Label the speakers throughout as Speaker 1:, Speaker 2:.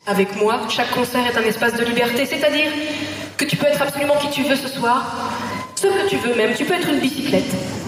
Speaker 1: Avec moi, chaque concert est un espace de liberté, c'est-à-dire que tu peux être absolument qui tu veux ce soir, ce que tu veux même, tu peux être une bicyclette.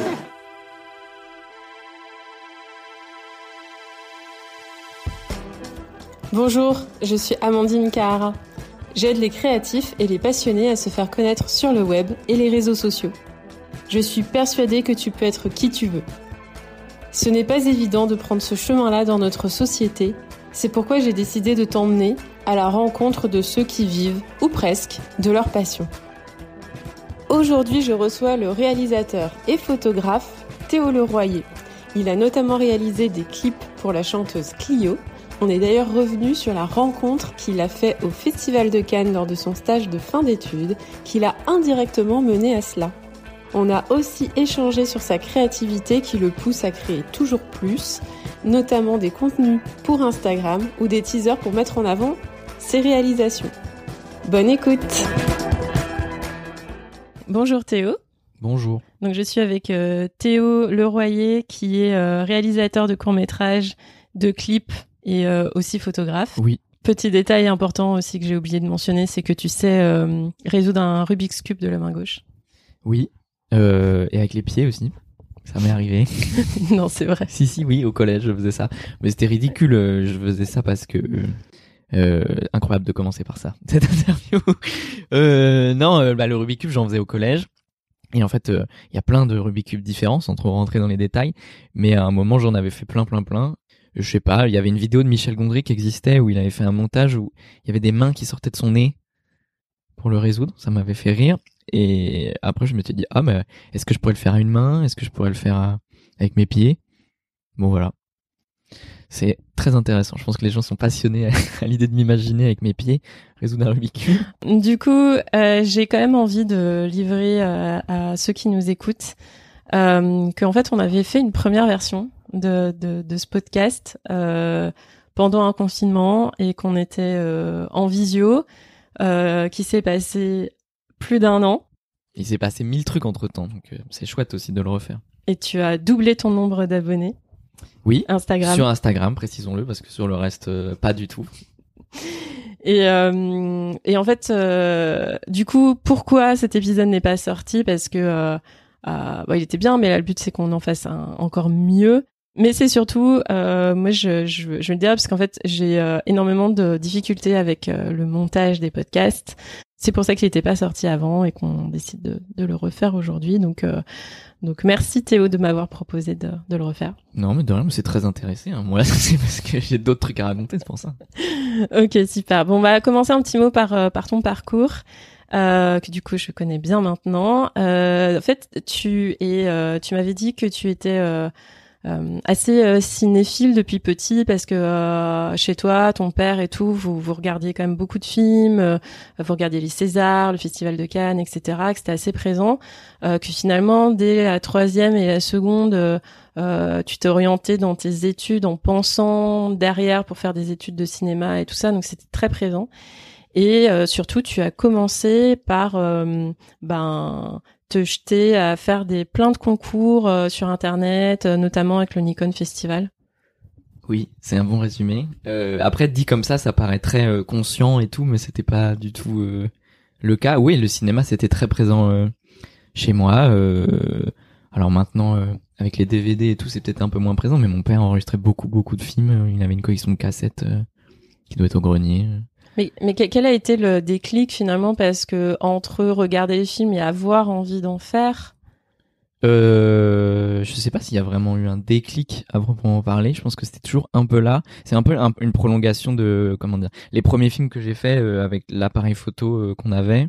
Speaker 2: Bonjour, je suis Amandine Kahara. J'aide les créatifs et les passionnés à se faire connaître sur le web et les réseaux sociaux. Je suis persuadée que tu peux être qui tu veux. Ce n'est pas évident de prendre ce chemin-là dans notre société, c'est pourquoi j'ai décidé de t'emmener à la rencontre de ceux qui vivent, ou presque, de leur passion. Aujourd'hui, je reçois le réalisateur et photographe Théo Leroyer. Il a notamment réalisé des clips pour la chanteuse Clio. On est d'ailleurs revenu sur la rencontre qu'il a fait au Festival de Cannes lors de son stage de fin d'études, qui l'a indirectement mené à cela. On a aussi échangé sur sa créativité qui le pousse à créer toujours plus, notamment des contenus pour Instagram ou des teasers pour mettre en avant ses réalisations. Bonne écoute! Bonjour Théo.
Speaker 3: Bonjour.
Speaker 2: Donc je suis avec Théo Leroyer qui est réalisateur de courts-métrages, de clips et aussi photographe.
Speaker 3: Oui.
Speaker 2: Petit détail important aussi que j'ai oublié de mentionner, c'est que tu sais résoudre un Rubik's Cube de la main gauche.
Speaker 3: Oui. Et avec les pieds aussi. Ça m'est arrivé.
Speaker 2: Non, c'est vrai.
Speaker 3: Si, oui, au collège, je faisais ça. Mais c'était ridicule. Je faisais ça parce que... incroyable de commencer par ça, cette interview. Le Rubik's Cube, j'en faisais au collège. Et en fait, il y a plein de Rubik's Cube différents, sans trop rentrer dans les détails. Mais à un moment, j'en avais fait plein. Je sais pas, il y avait une vidéo de Michel Gondry qui existait où il avait fait un montage où il y avait des mains qui sortaient de son nez pour le résoudre. Ça m'avait fait rire. Et après, je me suis dit, mais est-ce que je pourrais le faire à une main? Est-ce que je pourrais le faire avec mes pieds? Bon, voilà. C'est très intéressant. Je pense que les gens sont passionnés à l'idée de m'imaginer avec mes pieds résoudre un Rubik's Cube.
Speaker 2: Du coup, j'ai quand même envie de livrer à ceux qui nous écoutent qu'en fait, on avait fait une première version de ce podcast pendant un confinement et qu'on était en visio, qui s'est passé plus d'1 an.
Speaker 3: Il s'est passé 1000 trucs entre temps, donc c'est chouette aussi de le refaire.
Speaker 2: Et tu as doublé ton nombre d'abonnés.
Speaker 3: Oui,
Speaker 2: Instagram.
Speaker 3: Sur Instagram, précisons-le, parce que sur le reste, pas du tout.
Speaker 2: Et en fait, du coup, pourquoi cet épisode n'est pas sorti? Parce que il était bien, mais là, le but c'est qu'on en fasse encore mieux. Mais c'est surtout, moi, je veux le dire parce qu'en fait, j'ai énormément de difficultés avec le montage des podcasts. C'est pour ça qu'il n'était pas sorti avant et qu'on décide de le refaire aujourd'hui. Donc merci Théo de m'avoir proposé de le refaire.
Speaker 3: Non, mais de rien, mais c'est très intéressé. Moi, c'est parce que j'ai d'autres trucs à raconter, c'est pour ça.
Speaker 2: Ok, super. Bon, on va commencer un petit mot par ton parcours, que du coup je connais bien maintenant. En fait, tu m'avais dit que tu étais assez cinéphile depuis petit parce que chez toi, ton père et tout, vous regardiez quand même beaucoup de films, vous regardiez les Césars, le Festival de Cannes, etc., que c'était assez présent, que finalement, dès la 3e et la seconde, tu t'es orienté dans tes études en pensant derrière pour faire des études de cinéma et tout ça, donc c'était très présent. Et surtout, tu as commencé par te jeter à faire plein de concours sur Internet, notamment avec le Nikon Festival.
Speaker 3: Oui, c'est un bon résumé. Après, dit comme ça paraît très conscient et tout, mais c'était pas du tout le cas. Oui, le cinéma, c'était très présent chez moi. Alors maintenant, avec les DVD et tout, c'est peut-être un peu moins présent, mais mon père enregistrait beaucoup de films. Il avait une collection de cassettes qui doit être au grenier.
Speaker 2: Mais quel a été le déclic finalement, parce que entre regarder les films et avoir envie d'en faire,
Speaker 3: je sais pas s'il y a vraiment eu un déclic à proprement parler. Je pense que c'était toujours un peu là. C'est un peu une prolongation de, comment dire, les premiers films que j'ai fait avec l'appareil photo qu'on avait.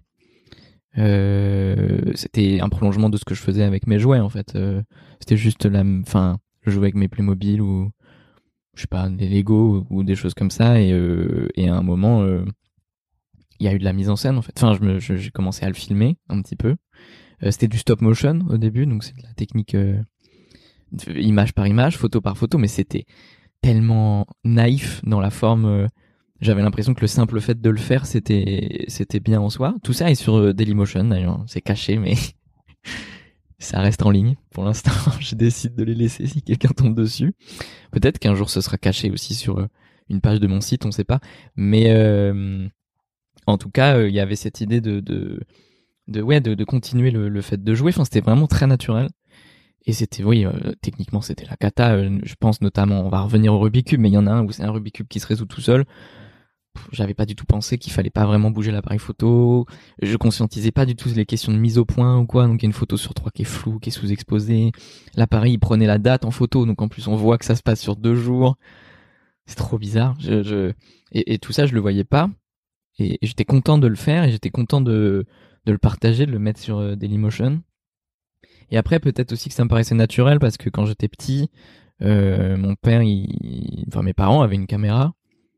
Speaker 3: C'était un prolongement de ce que je faisais avec mes jouets en fait. C'était juste je jouais avec mes Playmobil ou je sais pas, des Lego ou des choses comme ça, et à un moment il y a eu de la mise en scène en fait. J'ai commencé à le filmer un petit peu. C'était du stop motion au début, donc c'est de la technique image par image, photo par photo, mais c'était tellement naïf dans la forme. J'avais l'impression que le simple fait de le faire, c'était bien en soi. Tout ça est sur Dailymotion d'ailleurs, c'est caché, mais ça reste en ligne pour l'instant. Je décide de les laisser si quelqu'un tombe dessus. Peut-être qu'un jour ce sera caché aussi sur une page de mon site, on sait pas. Mais en tout cas, il y avait cette idée de continuer le fait de jouer. Enfin, c'était vraiment très naturel. Et c'était, oui, techniquement, c'était la cata. Je pense notamment, on va revenir au Rubik's Cube, mais il y en a un où c'est un Rubik's Cube qui se résout tout seul. J'avais pas du tout pensé qu'il fallait pas vraiment bouger l'appareil photo. Je conscientisais pas du tout les questions de mise au point ou quoi. Donc, il y a une photo sur 3 qui est floue, qui est sous-exposée. L'appareil, il prenait la date en photo. Donc, en plus, on voit que ça se passe sur 2 jours. C'est trop bizarre. Et tout ça, je le voyais pas. Et j'étais content de le faire et j'étais content de le partager, de le mettre sur Dailymotion. Et après, peut-être aussi que ça me paraissait naturel parce que quand j'étais petit, mon père, enfin mes parents avaient une caméra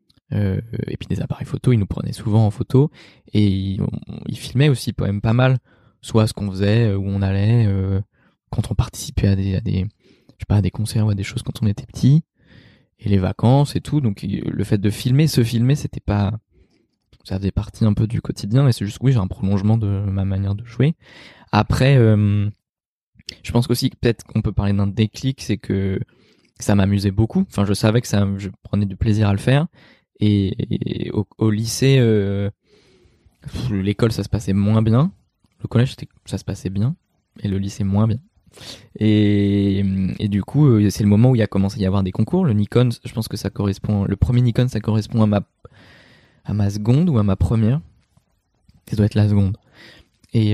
Speaker 3: et puis des appareils photo, ils nous prenaient souvent en photo et ils filmaient aussi quand même pas mal, soit ce qu'on faisait, où on allait, quand on participait à des, je sais pas, à des concerts ou à des choses quand on était petit, et les vacances et tout. Donc le fait de se filmer, c'était pas, ça faisait partie un peu du quotidien et c'est juste, oui, j'ai un prolongement de ma manière de jouer. Après, je pense aussi que peut-être qu'on peut parler d'un déclic, c'est que ça m'amusait beaucoup. Enfin, je savais que je prenais du plaisir à le faire. Et au lycée, l'école, ça se passait moins bien. Le collège, ça se passait bien. Et le lycée, moins bien. Et du coup, c'est le moment où il a commencé à y avoir des concours. Le Nikon, je pense que ça correspond, le premier Nikon, ça correspond à ma seconde ou à ma première. Ça doit être la seconde. Et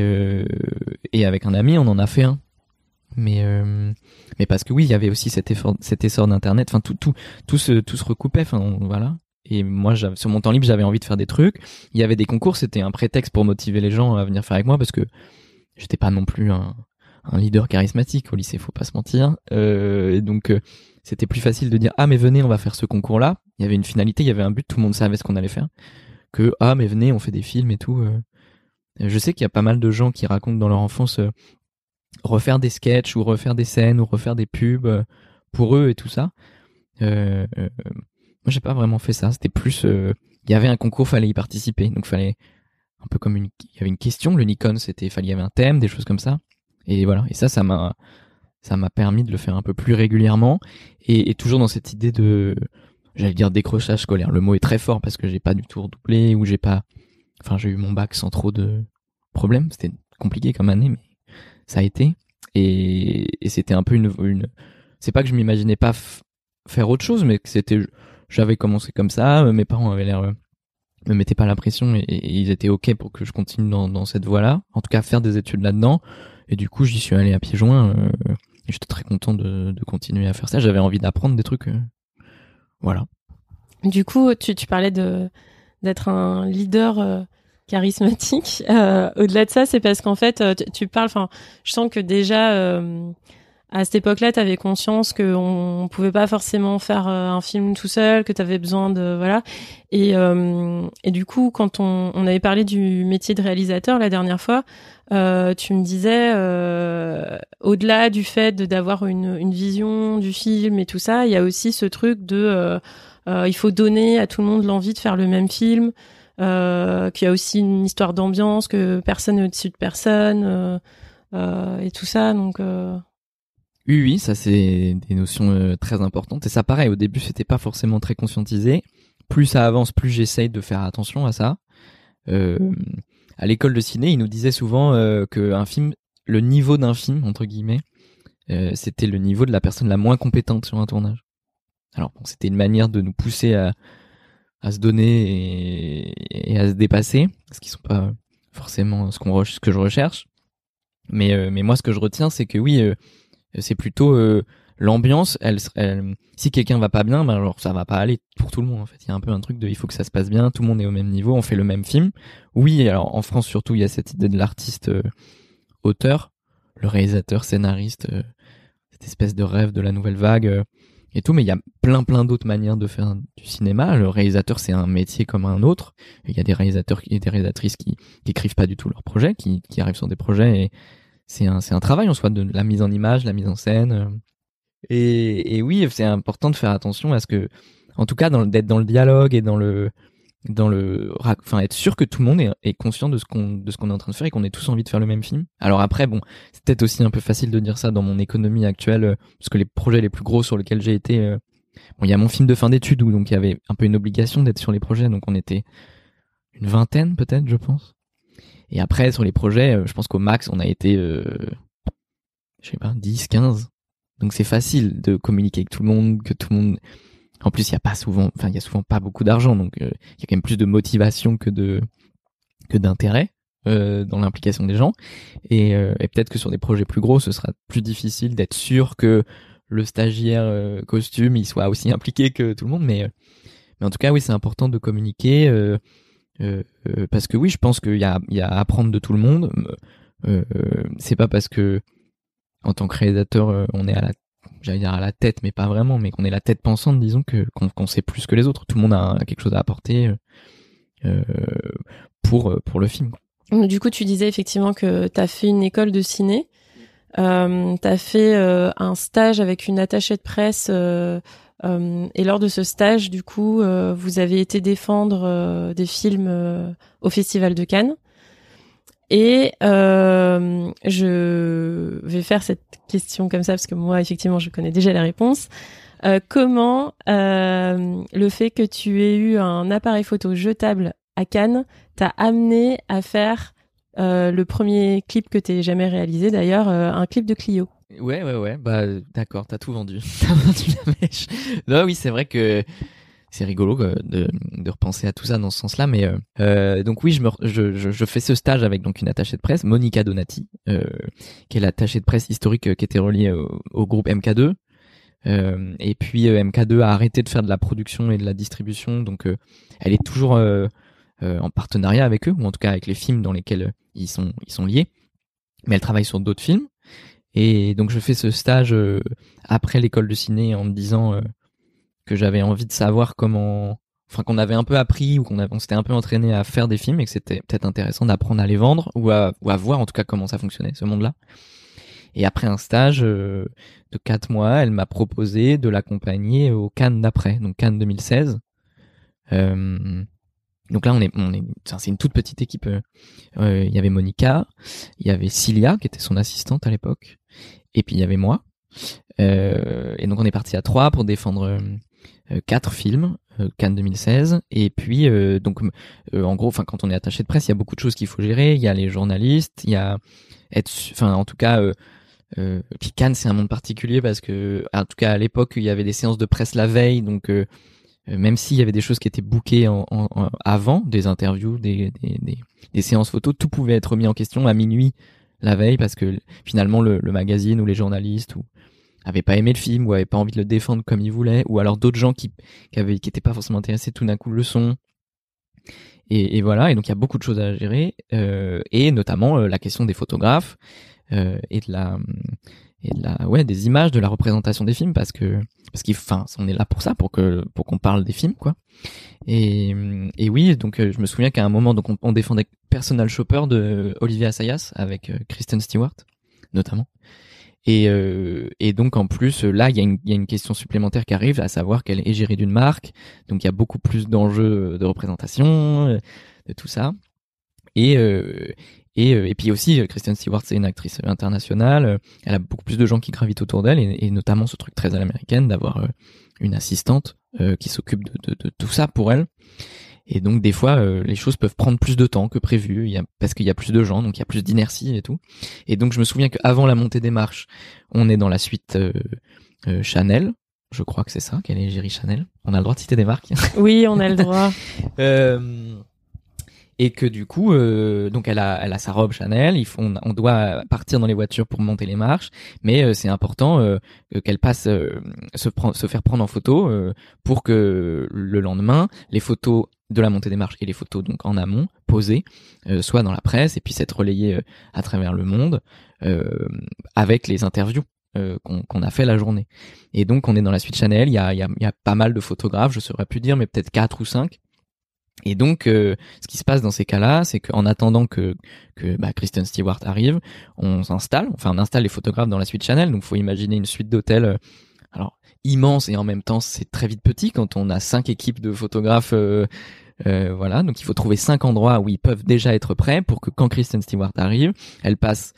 Speaker 3: avec un ami, on en a fait un. Mais parce que oui, il y avait aussi cet essor d'internet. Enfin, tout se recoupait. Enfin, voilà. Et moi, sur mon temps libre, j'avais envie de faire des trucs. Il y avait des concours, c'était un prétexte pour motiver les gens à venir faire avec moi parce que j'étais pas non plus un leader charismatique au lycée, faut pas se mentir. Et donc, c'était plus facile de dire ah mais venez, on va faire ce concours-là. Il y avait une finalité, il y avait un but, tout le monde savait ce qu'on allait faire. Que ah mais venez, on fait des films et tout. Je sais qu'il y a pas mal de gens qui racontent dans leur enfance refaire des sketchs ou refaire des scènes ou refaire des pubs pour eux et tout ça. Moi, j'ai pas vraiment fait ça. C'était plus, il y avait un concours, fallait y participer. Donc, fallait un peu comme il y avait une question. Le Nikon, il y avait un thème, des choses comme ça. Et voilà. Et ça m'a permis de le faire un peu plus régulièrement. Et toujours dans cette idée de, j'allais dire décrochage scolaire. Le mot est très fort parce que j'ai pas du tout redoublé ou j'ai eu mon bac sans trop de problèmes. C'était compliqué comme année, mais ça a été. Et c'était un peu une, c'est pas que je m'imaginais pas faire autre chose, mais que j'avais commencé comme ça, mes parents avaient l'air, me mettaient pas la pression et ils étaient ok pour que je continue dans cette voie-là. En tout cas, faire des études là-dedans. Et du coup, j'y suis allé à pieds joints. Et j'étais très content de continuer à faire ça. J'avais envie d'apprendre des trucs. Voilà.
Speaker 2: Du coup, tu parlais d'être un leader charismatique. Au-delà de ça, c'est parce qu'en fait, tu parles. Enfin, je sens que déjà. À cette époque-là, tu avais conscience qu'on pouvait pas forcément faire un film tout seul, que tu avais besoin de voilà. Et du coup, quand on avait parlé du métier de réalisateur la dernière fois, tu me disais au-delà du fait d'avoir une vision du film et tout ça, il y a aussi ce truc de il faut donner à tout le monde l'envie de faire le même film, qu'il y a aussi une histoire d'ambiance, que personne n'est au-dessus de personne et tout ça. Donc
Speaker 3: Oui, ça c'est des notions très importantes. Et ça, pareil, au début, c'était pas forcément très conscientisé. Plus ça avance, plus j'essaye de faire attention à ça. À l'école de ciné, ils nous disaient souvent que un film, le niveau d'un film, entre guillemets, c'était le niveau de la personne la moins compétente sur un tournage. Alors bon, c'était une manière de nous pousser à se donner et à se dépasser, ce qui sont pas forcément ce que je recherche. Mais moi, ce que je retiens, c'est que oui, c'est plutôt l'ambiance. Si quelqu'un va pas bien, ben alors ça va pas aller pour tout le monde. En fait, il y a un peu un truc de, il faut que ça se passe bien. Tout le monde est au même niveau. On fait le même film. Oui, alors en France surtout, il y a cette idée de l'artiste auteur, le réalisateur, scénariste, cette espèce de rêve de la nouvelle vague et tout. Mais il y a plein d'autres manières de faire du cinéma. Le réalisateur, c'est un métier comme un autre. Il y a des réalisateurs et des réalisatrices qui écrivent pas du tout leurs projets, qui arrivent sur des projets et c'est un travail en soi, de la mise en image, la mise en scène. Et oui, c'est important de faire attention à ce que, en tout cas, d'être dans le dialogue et enfin, être sûr que tout le monde est conscient de ce qu'on est en train de faire et qu'on ait tous envie de faire le même film. Alors après, bon, c'est peut-être aussi un peu facile de dire ça dans mon économie actuelle, parce que les projets les plus gros sur lesquels j'ai été, bon, il y a mon film de fin d'études où donc il y avait un peu une obligation d'être sur les projets, donc on était une vingtaine peut-être, je pense. Et après sur les projets, je pense qu'au max on a été, je sais pas, 10, 15. Donc c'est facile de communiquer avec tout le monde, que tout le monde. En plus, il y a souvent pas beaucoup d'argent, donc il y a quand même plus de motivation que d'intérêt dans l'implication des gens. Et peut-être que sur des projets plus gros, ce sera plus difficile d'être sûr que le stagiaire costume il soit aussi impliqué que tout le monde. Mais en tout cas, oui, c'est important de communiquer parce que oui, je pense qu'il y a à apprendre de tout le monde. C'est pas parce que en tant que réalisateur, on est j'allais dire à la tête, mais pas vraiment, mais qu'on est la tête pensante, disons, qu'on sait plus que les autres. Tout le monde a quelque chose à apporter pour le film.
Speaker 2: Du coup, tu disais effectivement que t'as fait une école de ciné. T'as fait un stage avec une attachée de presse et lors de ce stage, du coup, vous avez été défendre des films au Festival de Cannes. Et je vais faire cette question comme ça parce que moi, effectivement, je connais déjà la réponse. Comment le fait que tu aies eu un appareil photo jetable à Cannes t'a amené à faire le premier clip que t'aies jamais réalisé, d'ailleurs, un clip de Clio?
Speaker 3: Ouais. Bah d'accord, t'as tout vendu. T'as vendu la mèche. Non, oui, c'est vrai que c'est rigolo de repenser à tout ça dans ce sens-là, mais donc oui, je fais ce stage avec donc une attachée de presse, Monica Donati, qui est l'attachée de presse historique qui était reliée au groupe MK2. Et puis MK2 a arrêté de faire de la production et de la distribution, donc elle est toujours en partenariat avec eux, ou en tout cas avec les films dans lesquels ils sont liés, mais elle travaille sur d'autres films. Et donc je fais ce stage après l'école de ciné en me disant que j'avais envie de savoir qu'on avait un peu appris ou on s'était un peu entraîné à faire des films et que c'était peut-être intéressant d'apprendre à les vendre ou à voir en tout cas comment ça fonctionnait, ce monde-là. Et après un stage de 4 mois, elle m'a proposé de l'accompagner au Cannes d'après, donc Cannes 2016. Donc là, c'est une toute petite équipe. Il y avait Monica, il y avait Cilia qui était son assistante à l'époque, et puis il y avait moi. Et donc on est parti à 3 pour défendre 4 films, Cannes 2016. Et puis en gros, quand on est attaché de presse, il y a beaucoup de choses qu'il faut gérer. Il y a les journalistes, il y a puis Cannes, c'est un monde particulier parce que, en tout cas à l'époque, il y avait des séances de presse la veille, donc même s'il y avait des choses qui étaient bookées avant, des interviews, des séances photos, tout pouvait être mis en question à minuit la veille parce que finalement le magazine ou les journalistes avaient pas aimé le film ou avaient pas envie de le défendre comme ils voulaient, ou alors d'autres gens qui étaient pas forcément intéressés tout d'un coup le sont. Et voilà, et donc il y a beaucoup de choses à gérer, et notamment la question des photographes et des images, de la représentation des films, parce on est là pour ça, pour qu'on parle des films, quoi. Et oui, donc je me souviens qu'à un moment, donc on défendait Personal Shopper de Olivier Assayas avec Kristen Stewart, notamment. Et donc en plus là il y a une question supplémentaire qui arrive, à savoir qu'elle est égérie d'une marque, donc il y a beaucoup plus d'enjeux de représentation, de tout ça. Et puis aussi Kristen Stewart, c'est une actrice internationale, elle a beaucoup plus de gens qui gravitent autour d'elle, et notamment ce truc très à l'américaine d'avoir une assistante qui s'occupe de tout ça pour elle. Et donc des fois les choses peuvent prendre plus de temps que prévu, parce qu'il y a plus de gens, donc il y a plus d'inertie et tout. Et donc je me souviens qu'avant la montée des marches, on est dans la suite Chanel, je crois que c'est ça, qu'elle est égérie Chanel. On a le droit de citer des marques.
Speaker 2: Oui, on a le droit.
Speaker 3: Et que du coup, donc elle a sa robe Chanel. On doit partir dans les voitures pour monter les marches, mais c'est important qu'elle passe se faire prendre en photo pour que le lendemain, les photos de la montée des marches et les photos donc en amont posées soient dans la presse et puissent être relayées à travers le monde avec les interviews qu'on a fait la journée. Et donc on est dans la suite Chanel. Il y a pas mal de photographes, je saurais plus dire, mais peut-être 4 ou 5. Et donc, ce qui se passe dans ces cas-là, c'est qu'en attendant que Kristen Stewart arrive, on installe les photographes dans la suite Chanel. Donc, faut imaginer une suite d'hôtels, alors immense, et en même temps, c'est très vite petit quand on a 5 équipes de photographes. Voilà, donc il faut trouver 5 endroits où ils peuvent déjà être prêts pour que quand Kristen Stewart arrive, elle passe,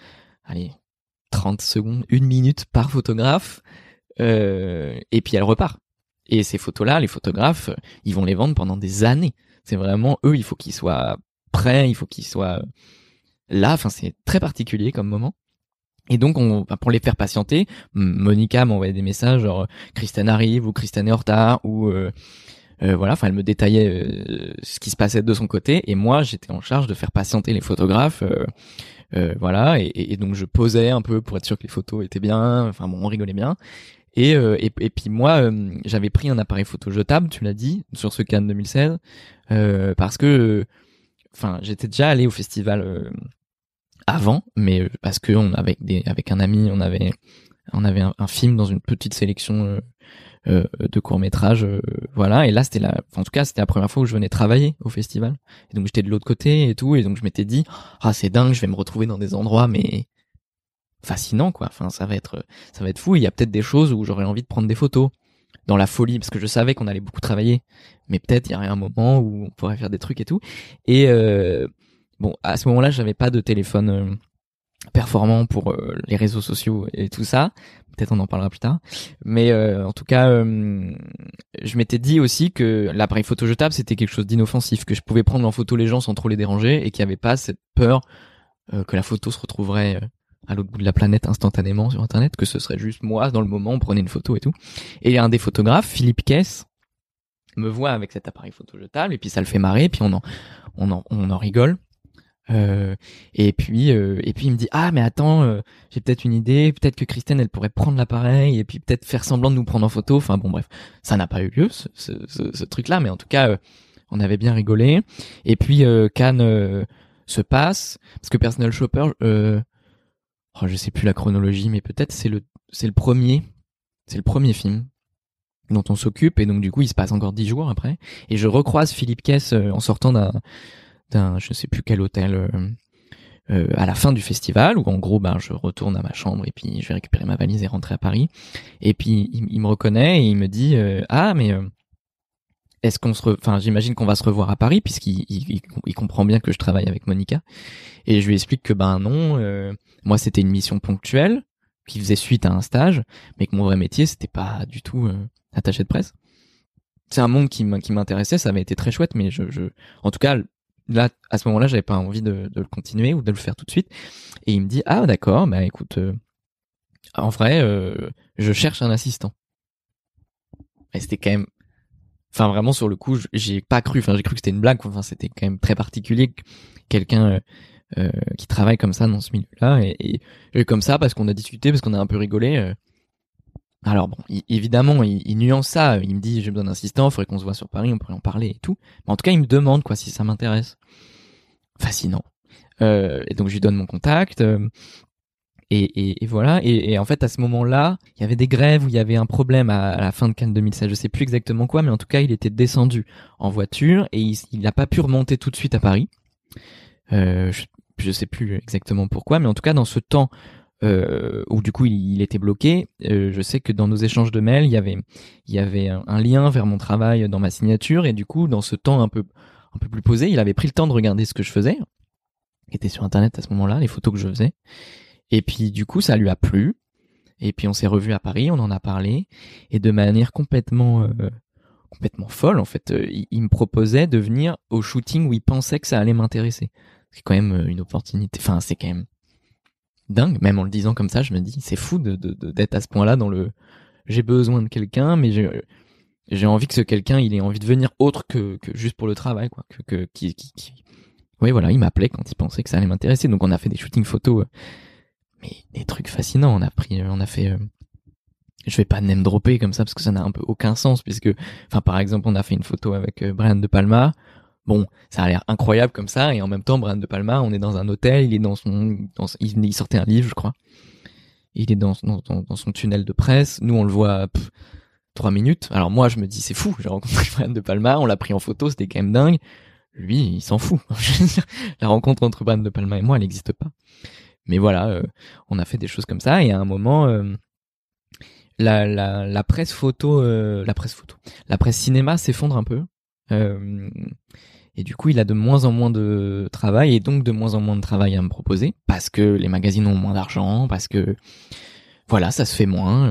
Speaker 3: 30 secondes, 1 minute par photographe, et puis elle repart. Et ces photos-là, les photographes, ils vont les vendre pendant des années. C'est vraiment eux, il faut qu'ils soient prêts, il faut qu'ils soient là. Enfin, c'est très particulier comme moment. Et donc, pour les faire patienter, Monica m'envoyait des messages genre Kristen arrive ou Kristen est en retard ou voilà. Enfin, elle me détaillait ce qui se passait de son côté et moi, j'étais en charge de faire patienter les photographes. Voilà. Et donc, je posais un peu pour être sûr que les photos étaient bien. Enfin bon, on rigolait bien. Et puis moi, j'avais pris un appareil photo jetable, tu l'as dit, sur ce Cannes 2016, parce que, enfin, j'étais déjà allé au festival avant, mais parce que avec un ami, on avait un film dans une petite sélection de courts-métrages, voilà. Et là, en tout cas, c'était la première fois où je venais travailler au festival. Et donc j'étais de l'autre côté et tout, et donc je m'étais dit, c'est dingue, je vais me retrouver dans des endroits, mais fascinant quoi. Enfin, ça va être fou. Il y a peut-être des choses où j'aurais envie de prendre des photos dans la folie, parce que je savais qu'on allait beaucoup travailler, mais peut-être il y aurait un moment où on pourrait faire des trucs et tout. Et bon, à ce moment-là, j'avais pas de téléphone performant pour les réseaux sociaux et tout ça. Peut-être on en parlera plus tard. Mais en tout cas, je m'étais dit aussi que l'appareil photo jetable, c'était quelque chose d'inoffensif, que je pouvais prendre en photo les gens sans trop les déranger et qu'il n'y avait pas cette peur que la photo se retrouverait à l'autre bout de la planète instantanément sur Internet, que ce serait juste moi, dans le moment, on prenait une photo et tout. Et un des photographes, Philippe Kess, me voit avec cet appareil photo jetable et puis ça le fait marrer, puis on en rigole. Et puis il me dit mais attends, j'ai peut-être une idée, peut-être que Kristen elle pourrait prendre l'appareil et puis peut-être faire semblant de nous prendre en photo. Enfin bon bref, ça n'a pas eu lieu ce truc là, mais en tout cas on avait bien rigolé. Et puis Cannes se passe parce que Personal Shopper, je sais plus la chronologie, mais peut-être c'est le premier film dont on s'occupe, et donc du coup il se passe encore 10 jours après et je recroise Philippe Kess en sortant d'un je sais plus quel hôtel à la fin du festival, où en gros je retourne à ma chambre et puis je vais récupérer ma valise et rentrer à Paris, et puis il me reconnaît et il me dit mais est-ce qu'on j'imagine qu'on va se revoir à Paris, puisqu'il comprend bien que je travaille avec Monica, et je lui explique que non, moi c'était une mission ponctuelle qui faisait suite à un stage, mais que mon vrai métier c'était pas du tout attaché de presse. C'est un monde qui m'intéressait, ça avait été très chouette, mais en tout cas là, à ce moment-là, j'avais pas envie de le continuer ou de le faire tout de suite. Et il me dit d'accord, écoute, en vrai, je cherche un assistant. Et c'était quand même, enfin vraiment sur le coup, j'ai pas cru. Enfin, j'ai cru que c'était une blague. Enfin, c'était quand même très particulier que quelqu'un qui travaille comme ça dans ce milieu-là, et comme ça parce qu'on a discuté, parce qu'on a un peu rigolé. Alors bon, évidemment, il nuance ça. Il me dit j'ai besoin d'un assistant, il faudrait qu'on se voit sur Paris, on pourrait en parler et tout. Mais en tout cas, il me demande si ça m'intéresse. Fascinant. Et donc je lui donne mon contact. Et voilà. Et en fait, à ce moment-là, il y avait des grèves où il y avait un problème à la fin de Cannes 2016. Je sais plus exactement quoi, mais en tout cas, il était descendu en voiture et il n'a pas pu remonter tout de suite à Paris. Je sais plus exactement pourquoi, mais en tout cas, dans ce temps où du coup il était bloqué, je sais que dans nos échanges de mails, il y avait un lien vers mon travail dans ma signature, et du coup, dans ce temps un peu plus posé, il avait pris le temps de regarder ce que je faisais, qui était sur Internet à ce moment-là, les photos que je faisais. Et puis du coup, ça lui a plu. Et puis on s'est revus à Paris, on en a parlé, et de manière complètement folle, en fait, il me proposait de venir au shooting où il pensait que ça allait m'intéresser. C'est quand même une opportunité. Enfin, c'est quand même dingue. Même en le disant comme ça, je me dis, c'est fou d'être à ce point-là dans le. J'ai besoin de quelqu'un, mais j'ai envie que ce quelqu'un, il ait envie de venir autre que juste pour le travail, quoi. Oui, voilà, il m'appelait quand il pensait que ça allait m'intéresser. Donc on a fait des shootings photos, mais des trucs fascinants. On a fait. Je vais pas name dropper comme ça parce que ça n'a un peu aucun sens, puisque, enfin, par exemple, on a fait une photo avec Brian De Palma. Bon, ça a l'air incroyable comme ça, et en même temps, Brian De Palma, on est dans un hôtel, il est il sortait un livre, je crois. Il est dans son tunnel de presse. Nous, on le voit 3 minutes. Alors moi, je me dis, c'est fou, j'ai rencontré Brian De Palma, on l'a pris en photo, c'était quand même dingue. Lui, il s'en fout. La rencontre entre Brian De Palma et moi, elle n'existe pas. Mais voilà, on a fait des choses comme ça, et à un moment, la presse photo, la presse cinéma s'effondre un peu. Et du coup, il a de moins en moins de travail, et donc de moins en moins de travail à me proposer, parce que les magazines ont moins d'argent, parce que voilà, ça se fait moins.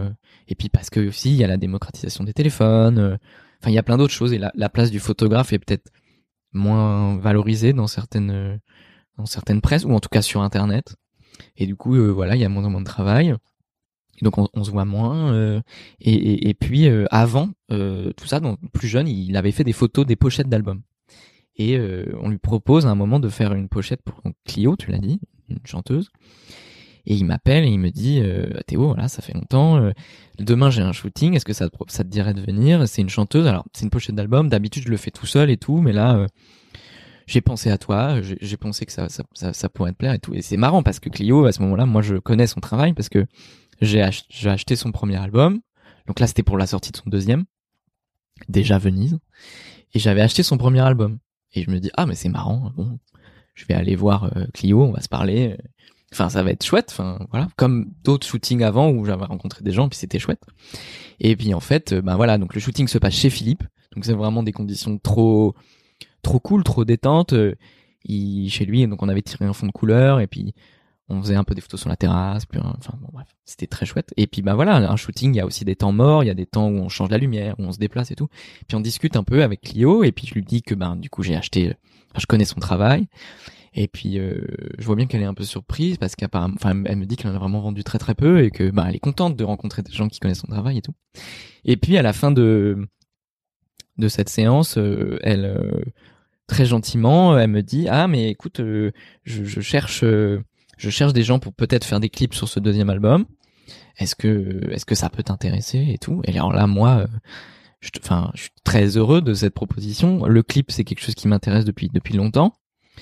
Speaker 3: Et puis parce que aussi il y a la démocratisation des téléphones. Enfin, il y a plein d'autres choses et la place du photographe est peut-être moins valorisée dans certaines presses ou en tout cas sur Internet. Et du coup, voilà, il y a moins en moins de travail. Et donc on se voit moins. Et puis avant tout ça, donc plus jeune, il avait fait des photos des pochettes d'albums. Et on lui propose à un moment de faire une pochette pour Clio, tu l'as dit, une chanteuse. Et il m'appelle et il me dit Théo, voilà, ça fait longtemps. Demain j'ai un shooting. Est-ce que ça te dirait de venir? C'est une chanteuse. Alors c'est une pochette d'album. D'habitude je le fais tout seul et tout, mais là j'ai pensé à toi. J'ai pensé que ça pourrait te plaire et tout. Et c'est marrant parce que Clio, à ce moment-là, moi je connais son travail parce que j'ai acheté son premier album. Donc là c'était pour la sortie de son deuxième, déjà Venise. Et j'avais acheté son premier album. Et je me dis mais c'est marrant. Bon, je vais aller voir Clio. On va se parler. Enfin, ça va être chouette. Enfin, voilà. Comme d'autres shootings avant où j'avais rencontré des gens, puis c'était chouette. Et puis, en fait, voilà. Donc, le shooting se passe chez Philippe. Donc, c'est vraiment des conditions trop cool, trop détentes. Chez lui, donc, on avait tiré un fond de couleur et puis on faisait un peu des photos sur la terrasse. Puis, enfin, bon, bref. C'était très chouette. Et puis, voilà. Un shooting, il y a aussi des temps morts. Il y a des temps où on change la lumière, où on se déplace et tout. Puis, on discute un peu avec Clio. Et puis, je lui dis que, du coup, je connais son travail. Et puis je vois bien qu'elle est un peu surprise parce qu'apparemment, elle me dit qu'elle en a vraiment vendu très très peu et que elle est contente de rencontrer des gens qui connaissent son travail et tout. Et puis à la fin de cette séance, elle très gentiment, elle me dit mais écoute, je cherche des gens pour peut-être faire des clips sur ce deuxième album. Est-ce que ça peut t'intéresser et tout. Et alors là, moi, je suis très heureux de cette proposition. Le clip, c'est quelque chose qui m'intéresse depuis longtemps.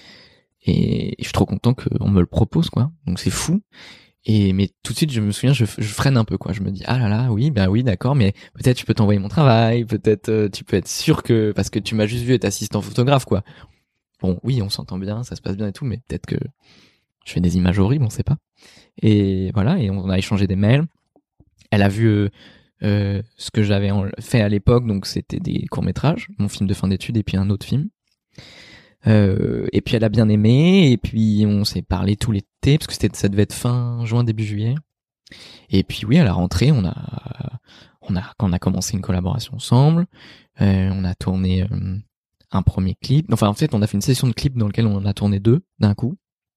Speaker 3: Et je suis trop content qu'on me le propose, quoi. Donc c'est fou. Mais tout de suite, je me souviens, je freine un peu, quoi. Je me dis, ah là là, oui, oui, d'accord, mais peut-être je peux t'envoyer mon travail, peut-être tu peux être sûr parce que tu m'as juste vu être assistant photographe, quoi. Bon, oui, on s'entend bien, ça se passe bien et tout, mais peut-être que je fais des images horribles, on sait pas. Et voilà, et on a échangé des mails. Elle a vu ce que j'avais fait à l'époque, donc c'était des courts-métrages, mon film de fin d'études et puis un autre film. Et puis elle a bien aimé, et puis on s'est parlé tout l'été parce que ça devait être fin juin début juillet. Et puis oui, à la rentrée, on a commencé une collaboration ensemble. On a tourné un premier clip. Enfin en fait, on a fait une session de clips dans lequel on en a tourné 2 d'un coup.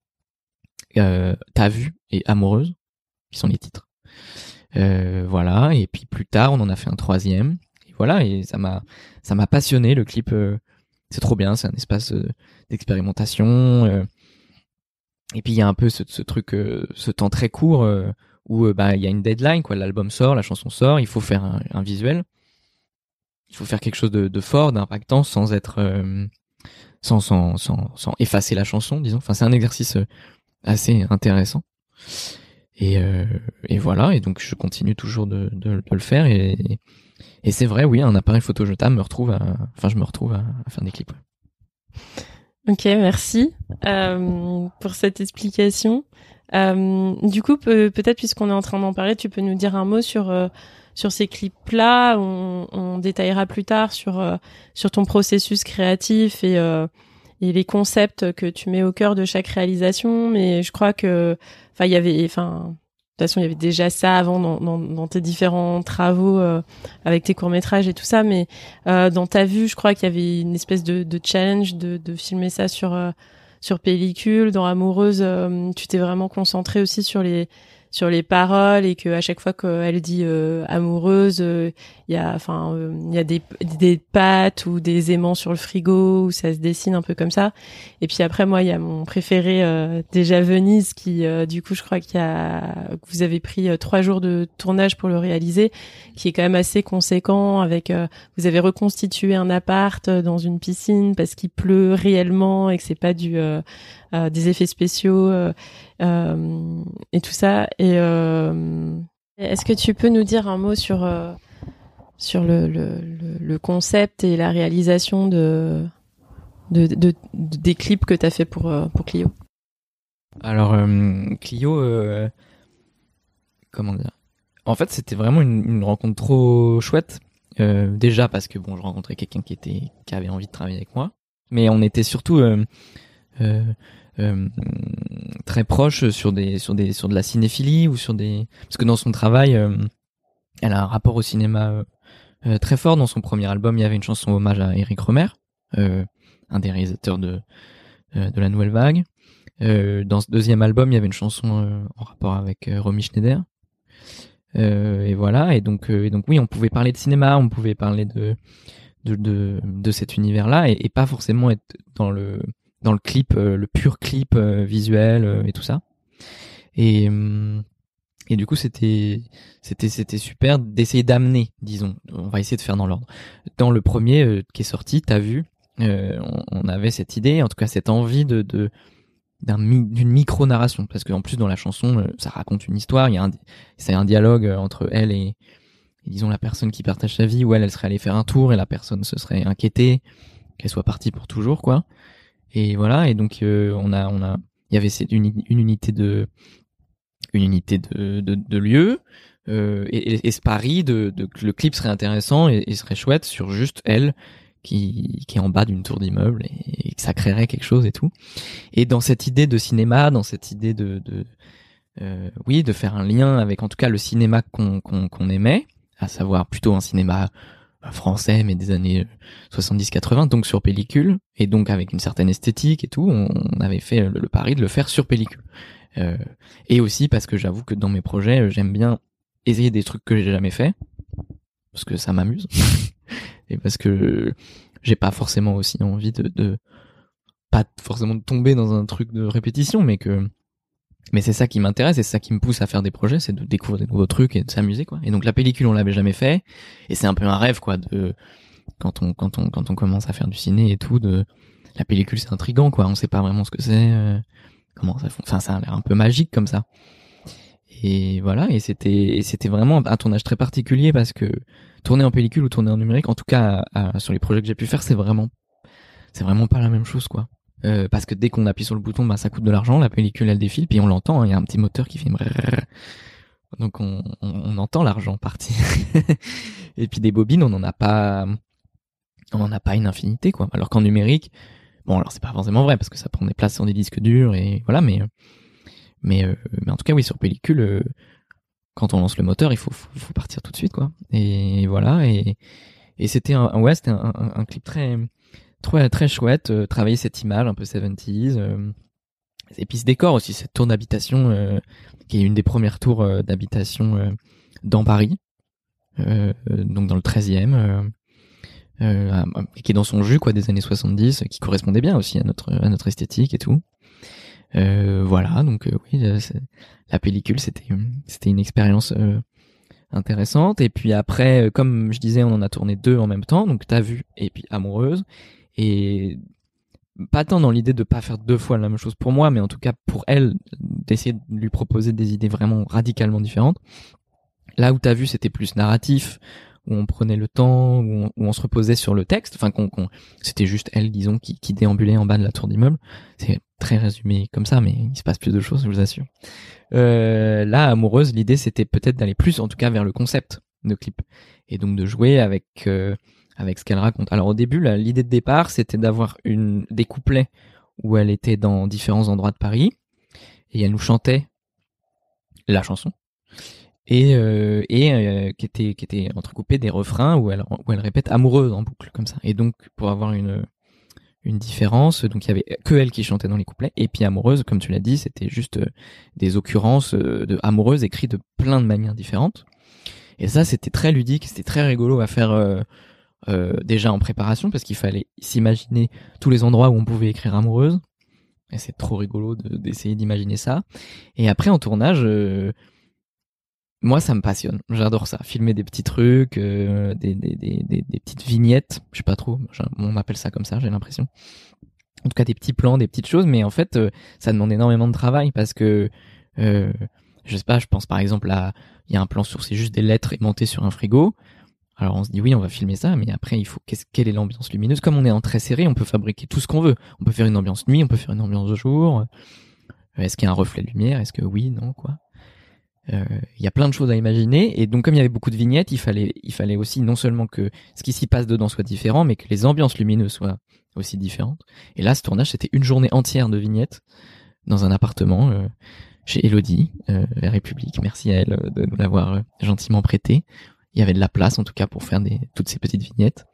Speaker 3: T'as vu et Amoureuse, qui sont les titres. Voilà. Et puis plus tard, on en a fait un 3e. Et voilà. Et ça m'a passionné le clip. C'est trop bien, c'est un espace d'expérimentation. Et puis il y a un peu ce truc, ce temps très court où il y a une deadline, quoi. L'album sort, la chanson sort, il faut faire un visuel, il faut faire quelque chose de fort, d'impactant, sans être, sans effacer la chanson, disons. Enfin, c'est un exercice assez intéressant. Et voilà. Et donc je continue toujours de le faire et c'est vrai, oui, un appareil photo jetable je me retrouve à faire des clips.
Speaker 2: Ok, merci pour cette explication. Du coup, peut-être puisqu'on est en train d'en parler, tu peux nous dire un mot sur ces clips-là. On détaillera plus tard sur ton processus créatif et les concepts que tu mets au cœur de chaque réalisation. Mais je crois que, de toute façon, il y avait déjà ça avant dans tes différents travaux avec tes courts-métrages et tout ça, mais dans ta vue, je crois qu'il y avait une espèce de challenge de filmer ça sur pellicule. Dans Amoureuse, tu t'es vraiment concentré aussi sur les paroles et que à chaque fois qu'elle dit amoureuse, il y a des pattes ou des aimants sur le frigo où ça se dessine un peu comme ça. Et puis après, moi, il y a mon préféré déjà Venise qui du coup je crois que vous avez pris 3 jours de tournage pour le réaliser, qui est quand même assez conséquent avec vous avez reconstitué un appart dans une piscine parce qu'il pleut réellement et que c'est pas des effets spéciaux et tout ça. Et est-ce que tu peux nous dire un mot sur le concept et la réalisation des clips que tu as fait pour Clio?
Speaker 3: Alors Clio, comment dire, en fait c'était vraiment une rencontre trop chouette. Déjà parce que je rencontrais quelqu'un qui avait envie de travailler avec moi, mais on était surtout très proche sur de la cinéphilie ou parce que dans son travail Elle a un rapport au cinéma très fort. Dans son premier album, il y avait une chanson hommage à Eric Rohmer, un des réalisateurs de la Nouvelle Vague. Dans ce deuxième album, il y avait une chanson en rapport avec Romy Schneider. Et voilà. Et donc oui, on pouvait parler de cinéma, on pouvait parler de cet univers-là, et pas forcément être dans le clip, le pur clip visuel et tout ça. Et du coup, c'était super d'essayer d'amener, disons. On va essayer de faire dans l'ordre. Dans le premier qui est sorti, t'as vu, on avait cette idée, en tout cas cette envie d'une micro-narration, parce qu'en plus dans la chanson, ça raconte une histoire. C'est un dialogue entre elle et disons la personne qui partage sa vie, où elle serait allée faire un tour et la personne se serait inquiétée qu'elle soit partie pour toujours, quoi. Et voilà. Et donc il y avait une unité de lieu, et ce pari que le clip serait intéressant et serait chouette sur juste elle qui est en bas d'une tour d'immeuble, et que ça créerait quelque chose et tout. Et dans cette idée de cinéma, dans cette idée de faire un lien avec en tout cas le cinéma qu'on aimait, à savoir plutôt un cinéma français mais des années 70-80, donc sur pellicule, et donc avec une certaine esthétique et tout, on avait fait le pari de le faire sur pellicule. Et aussi parce que j'avoue que dans mes projets, j'aime bien essayer des trucs que j'ai jamais fait, parce que ça m'amuse, et parce que j'ai pas forcément aussi envie de pas forcément de tomber dans un truc de répétition, mais c'est ça qui m'intéresse, et c'est ça qui me pousse à faire des projets, c'est de découvrir des nouveaux trucs et de s'amuser, quoi. Et donc la pellicule, on l'avait jamais fait, et c'est un peu un rêve, quoi, quand on commence à faire du ciné et tout, la pellicule, c'est intriguant, quoi. On sait pas vraiment ce que c'est, comment ça fonctionne. Enfin, ça a l'air un peu magique comme ça. Et voilà, et c'était vraiment un tournage très particulier, parce que tourner en pellicule ou tourner en numérique, en tout cas sur les projets que j'ai pu faire, c'est vraiment pas la même chose, quoi. Parce que dès qu'on appuie sur le bouton, bah ça coûte de l'argent, la pellicule elle défile, puis on l'entend, il y a un petit moteur qui fait donc on entend l'argent partir. Et puis des bobines, on n'en a pas une infinité, quoi. Alors qu'en numérique, bon, alors c'est pas forcément vrai parce que ça prend des places sur des disques durs et voilà, mais en tout cas oui, sur pellicule, quand on lance le moteur, il faut partir tout de suite, quoi. Et voilà, et c'était c'était un clip très très chouette, travailler cette image un peu 70s, et puis ce décor aussi, cette tour d'habitation qui est une des premières tours d'habitation dans Paris, donc dans le 13e, qui est dans son jus, quoi, des années 70, qui correspondait bien aussi à notre esthétique et tout. Voilà, donc oui, la pellicule, c'était une expérience intéressante. Et puis après, comme je disais, on en a tourné 2 en même temps, donc T'as vu et puis Amoureuse. Et pas tant dans l'idée de pas faire 2 fois la même chose pour moi, mais en tout cas pour elle, d'essayer de lui proposer des idées vraiment radicalement différentes. Là où T'as vu, c'était plus narratif, où on prenait le temps, où on se reposait sur le texte, enfin c'était juste elle, disons, qui déambulait en bas de la tour d'immeuble. C'est très résumé comme ça, mais il se passe plus de choses, je vous assure. Là, Amoureuse, l'idée c'était peut-être d'aller plus, en tout cas, vers le concept de clip, et donc de jouer avec ce qu'elle raconte. Alors au début, l'idée de départ, c'était d'avoir des couplets où elle était dans différents endroits de Paris, et elle nous chantait la chanson, et qui était entrecoupé des refrains où elle répète amoureuse en boucle comme ça. Et donc pour avoir une différence, donc il y avait que elle qui chantait dans les couplets, et puis amoureuse, comme tu l'as dit, c'était juste des occurrences de amoureuse écrites de plein de manières différentes. Et ça, c'était très ludique, c'était très rigolo à faire déjà en préparation, parce qu'il fallait s'imaginer tous les endroits où on pouvait écrire amoureuse. Et c'est trop rigolo d'essayer d'imaginer ça. Et après en tournage, moi, ça me passionne. J'adore ça. Filmer des petits trucs, des petites vignettes. Je sais pas trop. On appelle ça comme ça, j'ai l'impression. En tout cas, des petits plans, des petites choses. Mais en fait, ça demande énormément de travail, parce que, je sais pas, je pense par exemple il y a un plan c'est juste des lettres aimantées sur un frigo. Alors on se dit oui, on va filmer ça, mais après il faut quelle est l'ambiance lumineuse. Comme on est en très serré, on peut fabriquer tout ce qu'on veut. On peut faire une ambiance nuit, on peut faire une ambiance de jour. Est-ce qu'il y a un reflet de lumière? Est-ce que oui, non, quoi? Il y a plein de choses à imaginer, et donc comme il y avait beaucoup de vignettes, il fallait aussi non seulement que ce qui s'y passe dedans soit différent, mais que les ambiances lumineuses soient aussi différentes. Et là, ce tournage, c'était une journée entière de vignettes dans un appartement chez Elodie, la République. Merci à elle de nous l'avoir gentiment prêté. Il y avait de la place en tout cas pour faire toutes ces petites vignettes.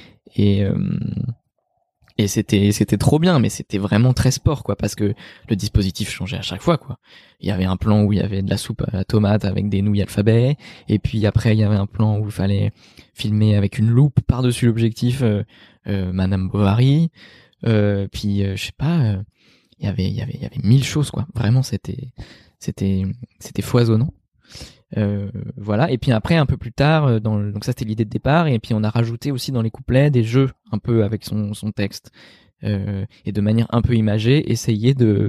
Speaker 3: Et c'était trop bien, mais c'était vraiment très sport, quoi, parce que le dispositif changeait à chaque fois, quoi. Il y avait un plan où il y avait de la soupe à la tomate avec des nouilles alphabet, et puis après il y avait un plan où il fallait filmer avec une loupe par-dessus l'objectif Madame Bovary, puis je sais pas, il y avait 1000 choses, quoi. Vraiment, c'était foisonnant. Voilà, et puis après un peu plus tard donc ça c'était l'idée de départ, et puis on a rajouté aussi dans les couplets des jeux un peu avec son texte, et de manière un peu imagée essayer de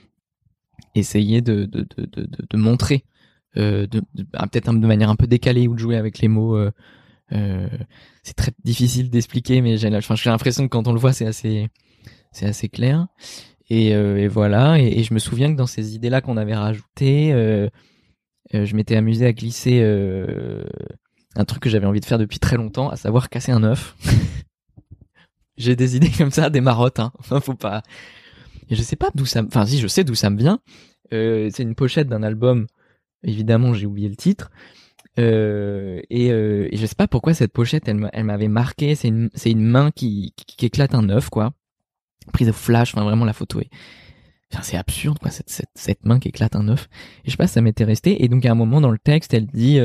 Speaker 3: montrer peut-être de manière un peu décalée ou de jouer avec les mots. C'est très difficile d'expliquer, mais j'ai l'impression que quand on le voit c'est assez clair, et voilà, et je me souviens que dans ces idées là qu'on avait rajoutées, je m'étais amusé à glisser un truc que j'avais envie de faire depuis très longtemps, à savoir casser un œuf. J'ai des idées comme ça, des marottes, hein. Enfin, faut pas. Et je sais pas d'où ça. Enfin, si, je sais d'où ça me vient. C'est une pochette d'un album. Évidemment, j'ai oublié le titre. Et je sais pas pourquoi cette pochette, elle m'avait marqué. C'est une main qui éclate un œuf, quoi. Prise au flash. Enfin, vraiment, la photo est. Enfin, c'est absurde, quoi, cette main qui éclate un œuf. Et je sais pas, ça m'était resté. Et donc à un moment dans le texte, elle dit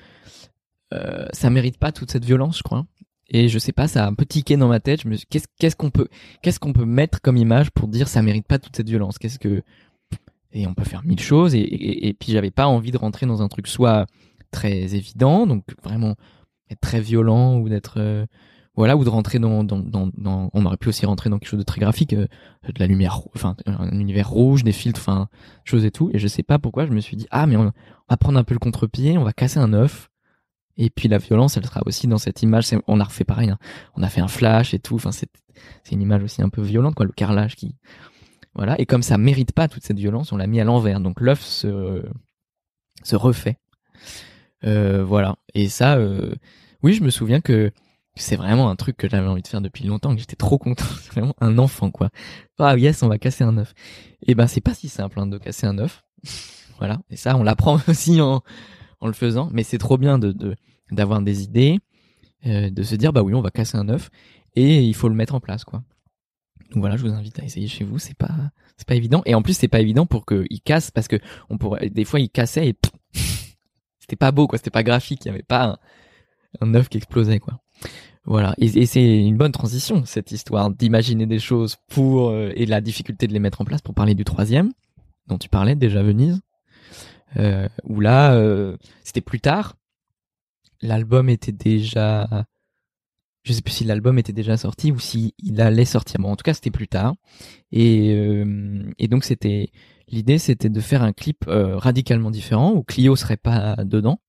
Speaker 3: ça mérite pas toute cette violence, je crois. Et je sais pas, ça a un peu tiqué dans ma tête. Qu'est-ce qu'on peut mettre comme image pour dire ça mérite pas toute cette violence. Et on peut faire 1000 choses. Et puis j'avais pas envie de rentrer dans un truc soit très évident, donc vraiment être très violent, ou d'être voilà, ou de rentrer dans on aurait pu aussi rentrer dans quelque chose de très graphique, de la lumière, enfin un univers rouge, des filtres, enfin choses et tout. Et je sais pas pourquoi je me suis dit mais on va prendre un peu le contre-pied, on va casser un œuf, et puis la violence elle sera aussi dans cette image. On a refait pareil, hein. On a fait un flash et tout, enfin c'est une image aussi un peu violente, quoi, le carrelage qui voilà. Et comme ça mérite pas toute cette violence, on l'a mis à l'envers, donc l'œuf se refait, voilà. Et ça oui, je me souviens que c'est vraiment un truc que j'avais envie de faire depuis longtemps, que j'étais trop content. C'est vraiment un enfant, quoi. Ah yes, on va casser un œuf. Et ben c'est pas si simple, hein, de casser un œuf. Voilà. Et ça, on l'apprend aussi en le faisant. Mais c'est trop bien d'avoir des idées, de se dire bah oui, on va casser un œuf, et il faut le mettre en place, quoi. Donc voilà, je vous invite à essayer chez vous. C'est pas évident. Et en plus, c'est pas évident pour qu'il casse, parce que des fois il cassait et c'était pas beau, quoi. C'était pas graphique. Il y avait pas un œuf qui explosait, quoi. Voilà, et c'est une bonne transition, cette histoire d'imaginer des choses et la difficulté de les mettre en place, pour parler du 3e dont tu parlais, déjà Venise, où là c'était plus tard. L'album était déjà, je sais plus si l'album était déjà sorti ou si il allait sortir. Bon, en tout cas c'était plus tard, et donc l'idée c'était de faire un clip radicalement différent où Clio serait pas dedans,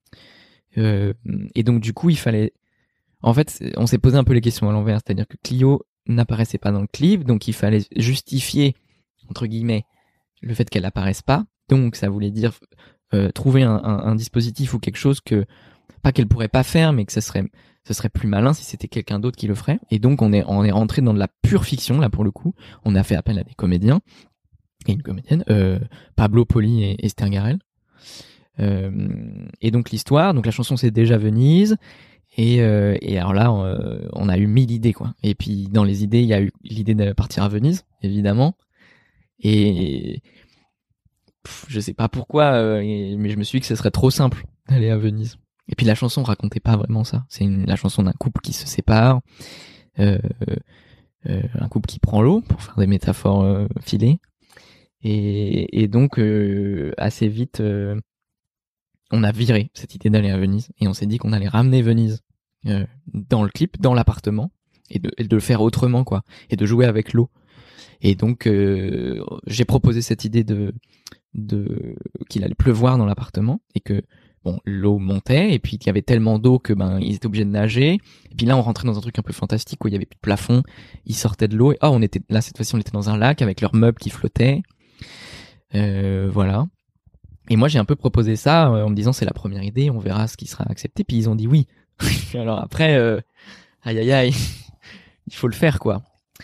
Speaker 3: et donc du coup il fallait. En fait, on s'est posé un peu les questions à l'envers, c'est-à-dire que Clio n'apparaissait pas dans le clip, donc il fallait justifier, entre guillemets, le fait qu'elle apparaisse pas. Donc ça voulait dire trouver un dispositif ou quelque chose pas qu'elle pourrait pas faire, mais que ce serait plus malin si c'était quelqu'un d'autre qui le ferait. Et donc on est rentré dans de la pure fiction, là, pour le coup. On a fait appel à des comédiens et une comédienne, Pablo Poli et Esther Garel. Et donc la chanson c'est déjà Venise. Et alors là, on a eu 1000 idées, quoi. Et puis dans les idées, il y a eu l'idée de partir à Venise, évidemment. Et je sais pas pourquoi, mais je me suis dit que ce serait trop simple d'aller à Venise. Et puis la chanson racontait pas vraiment ça. C'est la chanson d'un couple qui se sépare, un couple qui prend l'eau, pour faire des métaphores filées. Et donc assez vite, on a viré cette idée d'aller à Venise, et on s'est dit qu'on allait ramener Venise dans le clip, dans l'appartement, et de le faire autrement, quoi, et de jouer avec l'eau. Et donc j'ai proposé cette idée qu'il allait pleuvoir dans l'appartement, et que l'eau montait, et puis qu'il y avait tellement d'eau que ils étaient obligés de nager. Et puis là on rentrait dans un truc un peu fantastique où il y avait plus de plafond, ils sortaient de l'eau, et on était là, cette fois-ci on était dans un lac avec leurs meubles qui flottaient, voilà. Et moi j'ai un peu proposé ça en me disant c'est la première idée, on verra ce qui sera accepté. Puis ils ont dit oui. Alors après aïe, il faut le faire, quoi.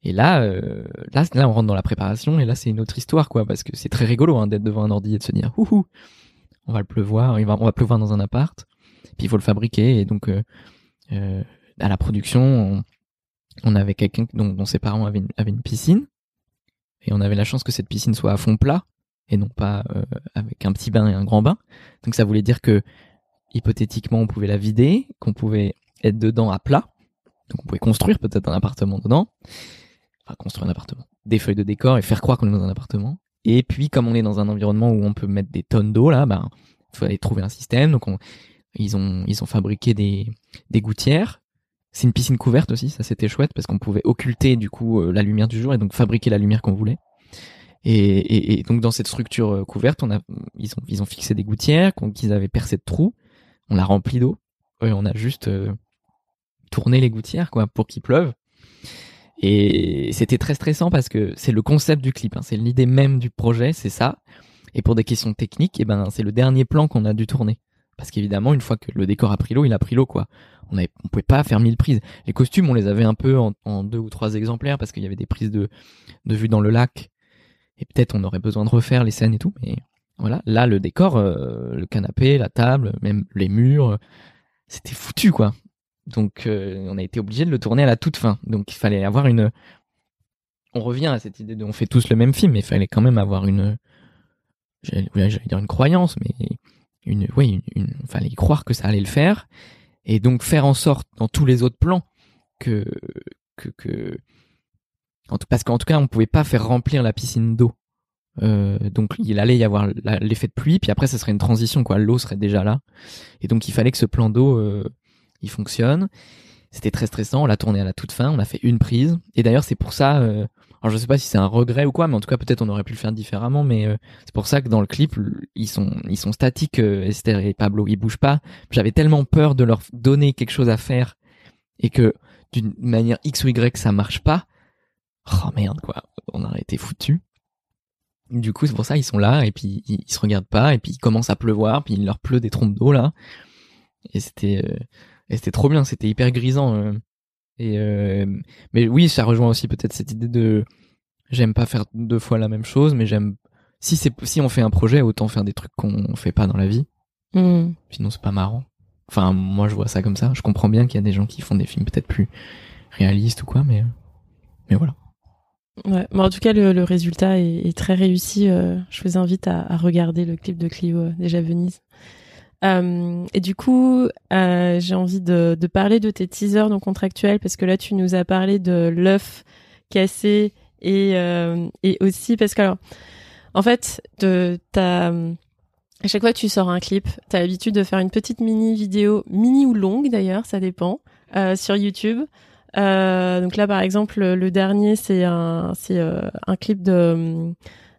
Speaker 3: Et là, on rentre dans la préparation et là, c'est une autre histoire, quoi, parce que c'est très rigolo hein, d'être devant un ordi et de se dire, ouhou, on va pleuvoir dans un appart, puis il faut le fabriquer et donc à la production, on avait quelqu'un dont ses parents avaient une piscine et on avait la chance que cette piscine soit à fond plat et non pas avec un petit bain et un grand bain. Donc ça voulait dire que hypothétiquement, on pouvait la vider, qu'on pouvait être dedans à plat, donc on pouvait construire peut-être un appartement dedans. Enfin, construire un appartement, des feuilles de décor et faire croire qu'on est dans un appartement. Et puis, comme on est dans un environnement où on peut mettre des tonnes d'eau, là, il faut aller trouver un système. Donc, ils ont fabriqué des gouttières. C'est une piscine couverte aussi, ça c'était chouette parce qu'on pouvait occulter du coup la lumière du jour et donc fabriquer la lumière qu'on voulait. Et donc dans cette structure couverte, ils ont fixé des gouttières qu'ils avaient percé de trous. On l'a rempli d'eau. Et on a juste tourné les gouttières quoi pour qu'il pleuve. Et c'était très stressant parce que c'est le concept du clip, hein, c'est l'idée même du projet, c'est ça. Et pour des questions techniques, c'est le dernier plan qu'on a dû tourner. Parce qu'évidemment, une fois que le décor a pris l'eau, il a pris l'eau, quoi. On pouvait pas faire 1000 prises. Les costumes, on les avait un peu en 2 ou 3 exemplaires parce qu'il y avait des prises de vue dans le lac. Et peut-être on aurait besoin de refaire les scènes et tout. Mais voilà, là, le décor, le canapé, la table, même les murs, c'était foutu, quoi. Donc on a été obligé de le tourner à la toute fin. Donc il fallait avoir on revient à cette idée de on fait tous le même film, mais il fallait quand même avoir j'allais dire une croyance, mais fallait y croire que ça allait le faire et donc faire en sorte dans tous les autres plans parce qu'en tout cas on pouvait pas faire remplir la piscine d'eau. Donc il allait y avoir l'effet de pluie, puis après ça serait une transition, quoi. L'eau serait déjà là et donc il fallait que ce plan d'eau il fonctionne. C'était très stressant, on l'a tourné à la toute fin, on a fait une prise. Et d'ailleurs, c'est pour ça, alors je sais pas si c'est un regret ou quoi, mais en tout cas, peut-être on aurait pu le faire différemment, mais c'est pour ça que dans le clip, ils sont statiques, Esther et Pablo, ils bougent pas. J'avais tellement peur de leur donner quelque chose à faire et que d'une manière X ou Y, ça marche pas. Oh merde, quoi, on aurait été foutus. Du coup, c'est pour ça, ils sont là, et puis ils se regardent pas, et puis il commence à pleuvoir, puis il leur pleut des trompes d'eau, là. Et c'était trop bien, c'était hyper grisant. Mais oui, ça rejoint aussi peut-être cette idée de j'aime pas faire 2 fois la même chose, mais j'aime si on fait un projet, autant faire des trucs qu'on fait pas dans la vie. Sinon c'est pas marrant. Enfin, moi je vois ça comme ça. Je comprends bien qu'il y a des gens qui font des films peut-être plus réalistes ou quoi, mais voilà.
Speaker 2: Ouais, mais en tout cas le résultat est très réussi. Je vous invite à regarder le clip de Clio déjà Venise. Et du coup, j'ai envie de parler de tes teasers non contractuels parce que là, tu nous as parlé de l'œuf cassé et aussi parce que alors, en fait, à chaque fois que tu sors un clip, t'as l'habitude de faire une petite mini vidéo, mini ou longue d'ailleurs, ça dépend, sur YouTube. Donc là, par exemple, le dernier, c'est un clip de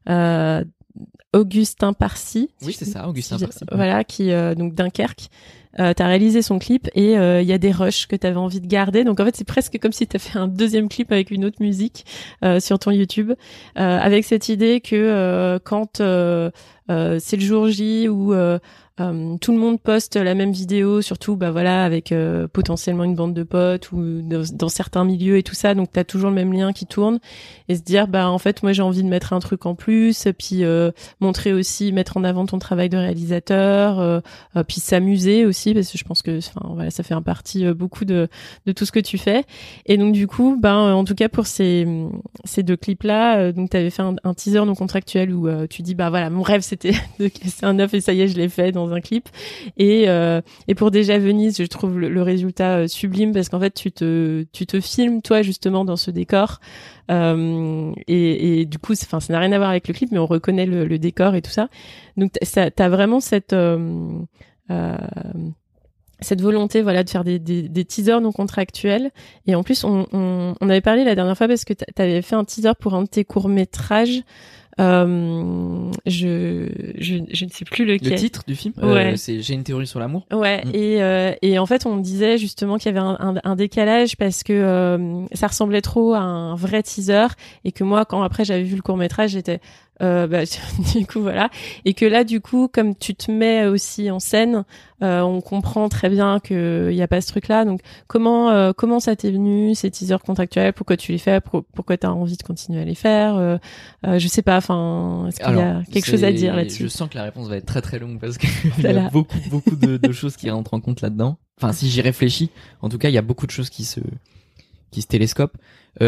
Speaker 2: Augustin Parcy.
Speaker 3: Oui, c'est ça, Augustin Parcy.
Speaker 2: Voilà, qui donc Dunkerque. T'as réalisé son clip et il y a des rushs que t'avais envie de garder. Donc en fait, c'est presque comme si t'as fait un deuxième clip avec une autre musique sur ton YouTube, avec cette idée que quand c'est le jour J où tout le monde poste la même vidéo, surtout voilà avec potentiellement une bande de potes ou dans certains milieux et tout ça, donc t'as toujours le même lien qui tourne et se dire en fait moi j'ai envie de mettre un truc en plus, puis montrer aussi, mettre en avant ton travail de réalisateur, puis s'amuser aussi parce que je pense que voilà ça fait un partie beaucoup de tout ce que tu fais. Et donc du coup en tout cas pour ces 2 clips là, donc t'avais fait un teaser non contractuel où tu dis voilà mon rêve c'était de casser un œuf et ça y est je l'ai fait dans un clip et pour Déjà Venise je trouve le résultat sublime parce qu'en fait tu te filmes toi justement dans ce décor et du coup ça n'a rien à voir avec le clip mais on reconnaît le décor et tout ça, donc t'as vraiment cette volonté voilà de faire des teasers non contractuels. Et en plus on avait parlé la dernière fois parce que t'avais fait un teaser pour un de tes courts-métrages. Je ne sais plus lequel.
Speaker 3: Le titre du film, c'est J'ai une théorie sur l'amour.
Speaker 2: Ouais. Et en fait, on disait justement qu'il y avait un décalage parce que ça ressemblait trop à un vrai teaser et que moi, quand après j'avais vu le court-métrage, j'étais Du coup voilà, et que là du coup comme tu te mets aussi en scène, on comprend très bien que il y a pas ce truc là. Donc comment ça t'est venu ces teasers contractuels, pourquoi tu les fais, pourquoi t'as envie de continuer à les faire, je sais pas, enfin est-ce qu'il y a quelque chose à dire là-dessus?
Speaker 3: Je sens que la réponse va être très très longue parce que il y a beaucoup de choses qui rentrent en compte là-dedans. Enfin si j'y réfléchis, en tout cas il y a beaucoup de choses qui se télescopent.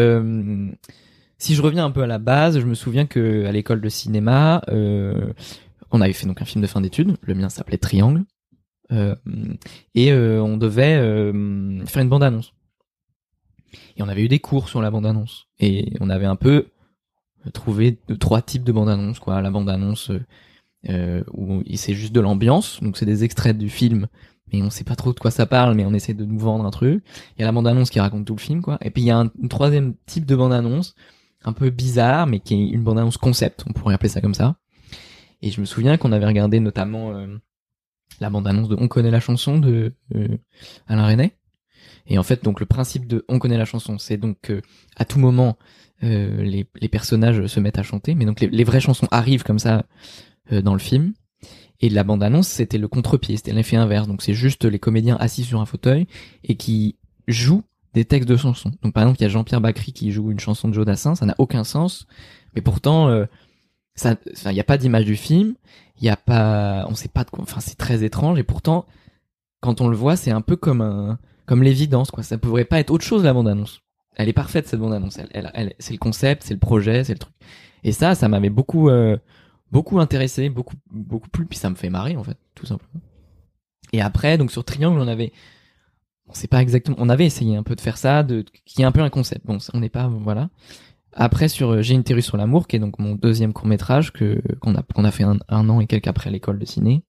Speaker 3: Si je reviens un peu à la base, je me souviens que à l'école de cinéma, on avait fait donc un film de fin d'études. Le mien s'appelait Triangle, et on devait faire une bande-annonce. Et on avait eu des cours sur la bande-annonce, et on avait un peu trouvé 3 types de bande-annonce, quoi. La bande-annonce où c'est juste de l'ambiance, donc c'est des extraits du film, mais on sait pas trop de quoi ça parle, mais on essaie de nous vendre un truc. Il y a la bande-annonce qui raconte tout le film, quoi. Et puis il y a un 3e type de bande-annonce un peu bizarre, mais qui est une bande-annonce concept, on pourrait appeler ça comme ça. Et je me souviens qu'on avait regardé notamment la bande-annonce de On connaît la chanson de Alain Resnais. Et en fait, donc le principe de On connaît la chanson, c'est donc à tout moment les personnages se mettent à chanter, mais donc les vraies chansons arrivent comme ça dans le film. Et la bande-annonce, c'était le contre-pied, c'était l'effet inverse. Donc c'est juste les comédiens assis sur un fauteuil et qui jouent des textes de chansons. Donc par exemple, il y a Jean-Pierre Bacry qui joue une chanson de Joe Dassin, ça n'a aucun sens, mais pourtant il y a pas d'image du film, il y a pas, on sait pas de quoi, enfin c'est très étrange, et pourtant quand on le voit, c'est un peu comme l'évidence, quoi. Ça pourrait pas être autre chose, la bande-annonce. Elle est parfaite, cette bande-annonce. Elle c'est le concept, c'est le projet, c'est le truc. Et ça m'avait beaucoup intéressé, beaucoup plu, puis ça me fait marrer en fait, tout simplement. Et après, donc sur Triangle, on sait pas exactement, on avait essayé un peu de faire ça, qui est un peu un concept. Bon, on n'est pas, voilà. Après sur J'ai une théorie sur l'amour, qui est donc mon 2e court-métrage qu'on a fait un an et quelques après l'école de ciné.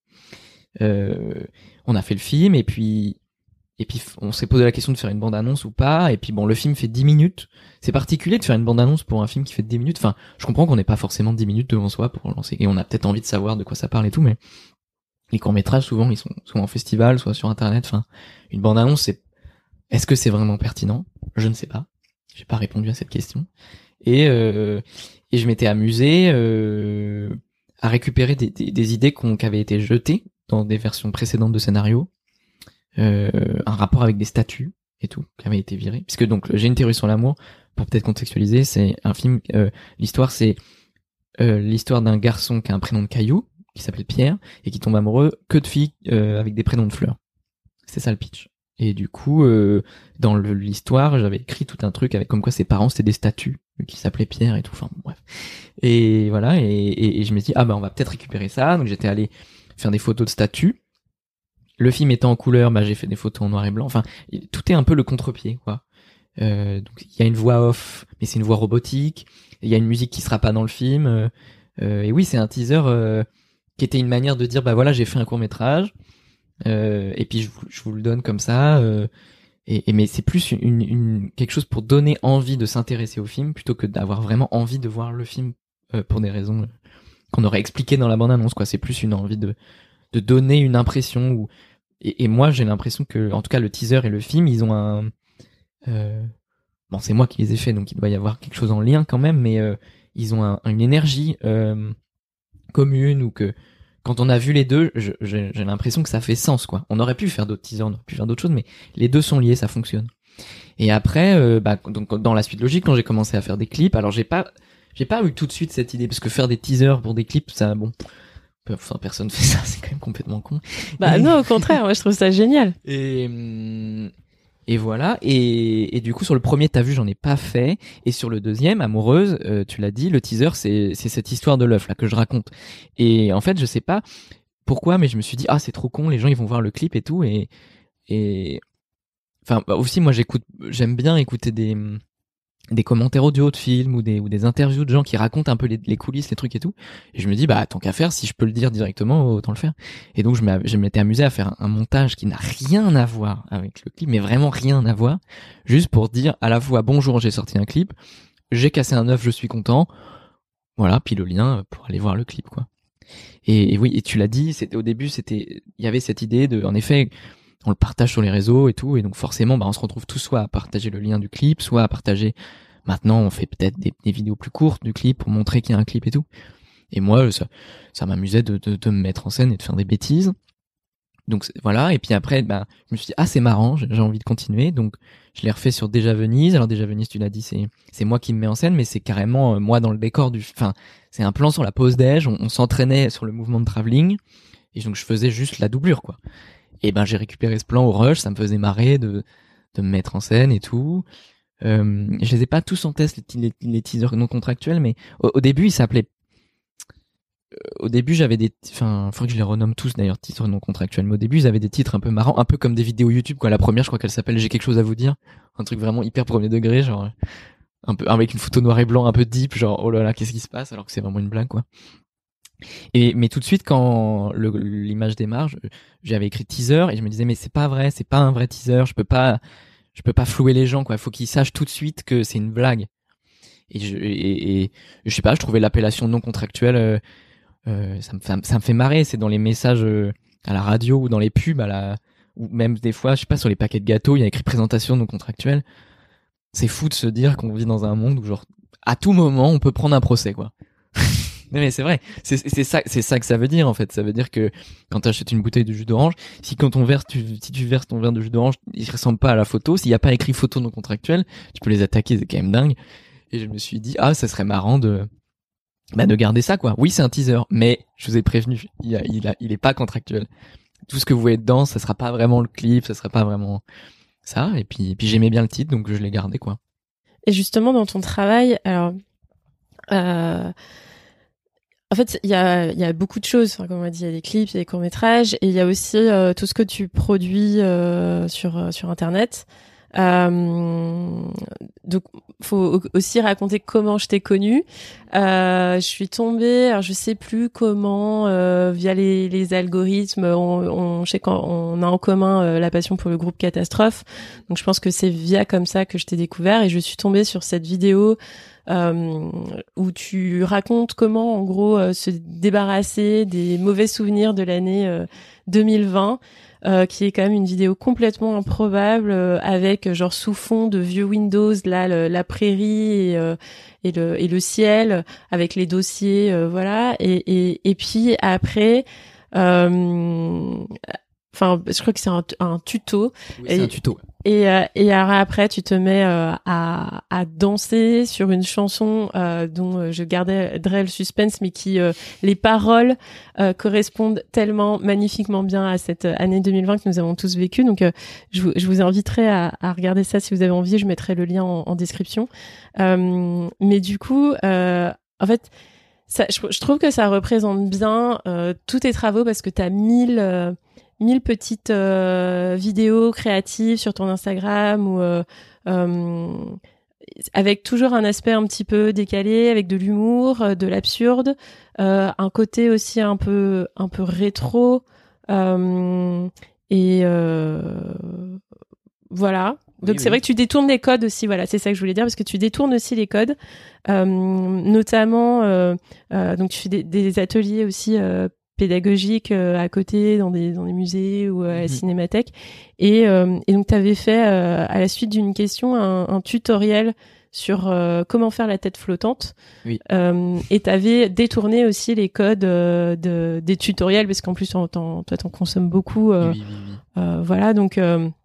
Speaker 3: On a fait le film, et puis on s'est posé la question de faire une bande-annonce ou pas, et puis bon, le film fait 10 minutes. C'est particulier de faire une bande-annonce pour un film qui fait 10 minutes. Enfin, je comprends qu'on n'ait pas forcément 10 minutes devant soi pour lancer, et on a peut-être envie de savoir de quoi ça parle et tout, mais les courts-métrages, souvent, ils sont soit en festival, soit sur internet. Enfin, une bande-annonce, est-ce que c'est vraiment pertinent? Je ne sais pas. J'ai pas répondu à cette question. Et je m'étais amusé à récupérer des idées qui avaient été jetées dans des versions précédentes de scénario, un rapport avec des statues et tout qui avait été viré, puisque donc J'ai une théorie sur l'amour, pour peut-être contextualiser, c'est un film, l'histoire c'est l'histoire d'un garçon qui a un prénom de Caillou, qui s'appelait Pierre, et qui tombe amoureux que de filles avec des prénoms de fleurs. C'est ça le pitch. Et du coup, dans l'histoire, j'avais écrit tout un truc avec comme quoi ses parents c'était des statues qui s'appelaient Pierre et tout. Enfin bon, bref. Et voilà. Et je me suis dit, on va peut-être récupérer ça. Donc j'étais allé faire des photos de statues. Le film étant en couleur, j'ai fait des photos en noir et blanc. Enfin, tout est un peu le contre-pied, quoi. Donc il y a une voix off, mais c'est une voix robotique. Il y a une musique qui sera pas dans le film. Et oui, c'est un teaser qui était une manière de dire, voilà, j'ai fait un court-métrage. Et puis je vous le donne comme ça, mais c'est plus quelque chose pour donner envie de s'intéresser au film plutôt que d'avoir vraiment envie de voir le film pour des raisons qu'on aurait expliquées dans la bande-annonce, quoi. C'est plus une envie de donner une impression et moi j'ai l'impression que en tout cas le teaser et le film ils ont c'est moi qui les ai faits, donc il doit y avoir quelque chose en lien quand même, mais ils ont une énergie commune, ou que quand on a vu les deux, j'ai l'impression que ça fait sens, quoi. On aurait pu faire d'autres teasers, on aurait pu faire d'autres choses, mais les deux sont liés, ça fonctionne. Et après, donc dans la suite logique, quand j'ai commencé à faire des clips, alors j'ai pas eu tout de suite cette idée, parce que faire des teasers pour des clips, ça, personne fait ça, c'est quand même complètement con.
Speaker 2: Non, au contraire, moi je trouve ça génial.
Speaker 3: Et voilà, et du coup sur le premier, t'as vu, j'en ai pas fait, et sur le deuxième, Amoureuse, tu l'as dit, le teaser c'est cette histoire de l'œuf là que je raconte. Et en fait, je sais pas pourquoi, mais je me suis dit c'est trop con, les gens ils vont voir le clip et tout, et enfin aussi moi j'aime bien écouter des commentaires audio de films ou des interviews de gens qui racontent un peu les coulisses, les trucs et tout. Et je me dis, tant qu'à faire, si je peux le dire directement, autant le faire. Et donc, je m'étais amusé à faire un montage qui n'a rien à voir avec le clip, mais vraiment rien à voir. Juste pour dire à la fois, bonjour, j'ai sorti un clip, j'ai cassé un œuf, je suis content. Voilà, puis le lien pour aller voir le clip, quoi. Et oui, et tu l'as dit, au début, il y avait cette idée en effet, on le partage sur les réseaux et tout, et donc forcément on se retrouve tous soit à partager le lien du clip, soit à partager, maintenant on fait peut-être des vidéos plus courtes du clip pour montrer qu'il y a un clip et tout, Et moi, ça m'amusait de me mettre en scène et de faire des bêtises. Donc voilà, et puis après, je me suis dit, ah, c'est marrant, j'ai envie de continuer, donc je l'ai refait sur Déjà Venise. Alors Déjà Venise, tu l'as dit, c'est moi qui me mets en scène, mais c'est carrément moi dans le décor enfin, c'est un plan sur la pause déj, on s'entraînait sur le mouvement de travelling, et donc je faisais juste la doublure, quoi. Et j'ai récupéré ce plan au rush, ça me faisait marrer de me mettre en scène et tout. Je les ai pas tous en test, les teasers non contractuels, mais au début, ils s'appelaient au début, j'avais faudrait que je les renomme tous d'ailleurs, titres non contractuels. Mais au début, ils avaient des titres un peu marrants, un peu comme des vidéos YouTube, quoi. La première, je crois qu'elle s'appelle J'ai quelque chose à vous dire. Un truc vraiment hyper premier degré, genre, un peu, avec une photo noir et blanc un peu deep, genre, oh là là, qu'est-ce qui se passe, alors que c'est vraiment une blague, quoi. Mais tout de suite, quand l'image démarre, j'avais écrit teaser et je me disais, mais c'est pas vrai, c'est pas un vrai teaser, je peux pas flouer les gens, quoi. Il faut qu'ils sachent tout de suite que c'est une blague. Et je sais pas, je trouvais l'appellation non contractuelle, ça me fait marrer. C'est dans les messages à la radio ou dans les pubs ou même des fois, je sais pas, sur les paquets de gâteaux, il y a écrit présentation non contractuelle. C'est fou de se dire qu'on vit dans un monde où genre à tout moment on peut prendre un procès, quoi. Mais c'est vrai, c'est ça que ça veut dire en fait. Ça veut dire que quand tu achètes une bouteille de jus d'orange, si tu verses ton verre de jus d'orange, il ressemble pas à la photo, s'il y a pas écrit photo non contractuelle, tu peux les attaquer, c'est quand même dingue. Et je me suis dit, ça serait marrant de garder ça, quoi. Oui, c'est un teaser, mais je vous ai prévenu, il est pas contractuel. Tout ce que vous voyez dedans, ça sera pas vraiment le clip, ça sera pas vraiment ça. Et puis j'aimais bien le titre, donc je l'ai gardé, quoi.
Speaker 2: Et justement, dans ton travail, alors, en fait, il y a beaucoup de choses. Enfin, comme on a dit, il y a des clips, il y a des courts-métrages, et il y a aussi tout ce que tu produis sur Internet. Donc, faut aussi raconter comment je t'ai connue. Je suis tombée, alors je sais plus comment, via les algorithmes, je sais qu'on a en commun la passion pour le groupe Catastrophe. Donc, je pense que c'est via comme ça que je t'ai découvert, et je suis tombée sur cette vidéo où tu racontes comment, en gros, se débarrasser des mauvais souvenirs de l'année 2020. Qui est quand même une vidéo complètement improbable, avec genre sous fond de vieux Windows là la prairie et le ciel avec les dossiers, voilà, et puis après je crois que c'est un tuto.
Speaker 3: Oui, c'est un tuto.
Speaker 2: Et alors après, tu te mets à danser sur une chanson dont je garderai le suspense, mais qui les paroles correspondent tellement magnifiquement bien à cette année 2020 que nous avons tous vécue. Donc, je vous inviterai à regarder ça si vous avez envie. Je mettrai le lien en description. Mais du coup, en fait, je trouve que ça représente bien tous tes travaux, parce que tu as 1000 petites vidéos créatives sur ton Instagram, ou avec toujours un aspect un petit peu décalé, avec de l'humour, de l'absurde, un côté aussi un peu rétro, et voilà. Donc oui, c'est vrai que tu détournes les codes aussi, voilà, c'est ça que je voulais dire, parce que tu détournes aussi les codes, notamment donc tu fais des ateliers aussi pédagogiques à côté, dans des musées ou à la cinémathèque, et donc tu avais fait à la suite d'une question un tutoriel sur comment faire la tête flottante.
Speaker 3: Oui.
Speaker 2: Et tu avais détourné aussi les codes des tutoriels, parce qu'en plus toi t'en consommes beaucoup,
Speaker 3: oui.
Speaker 2: voilà, donc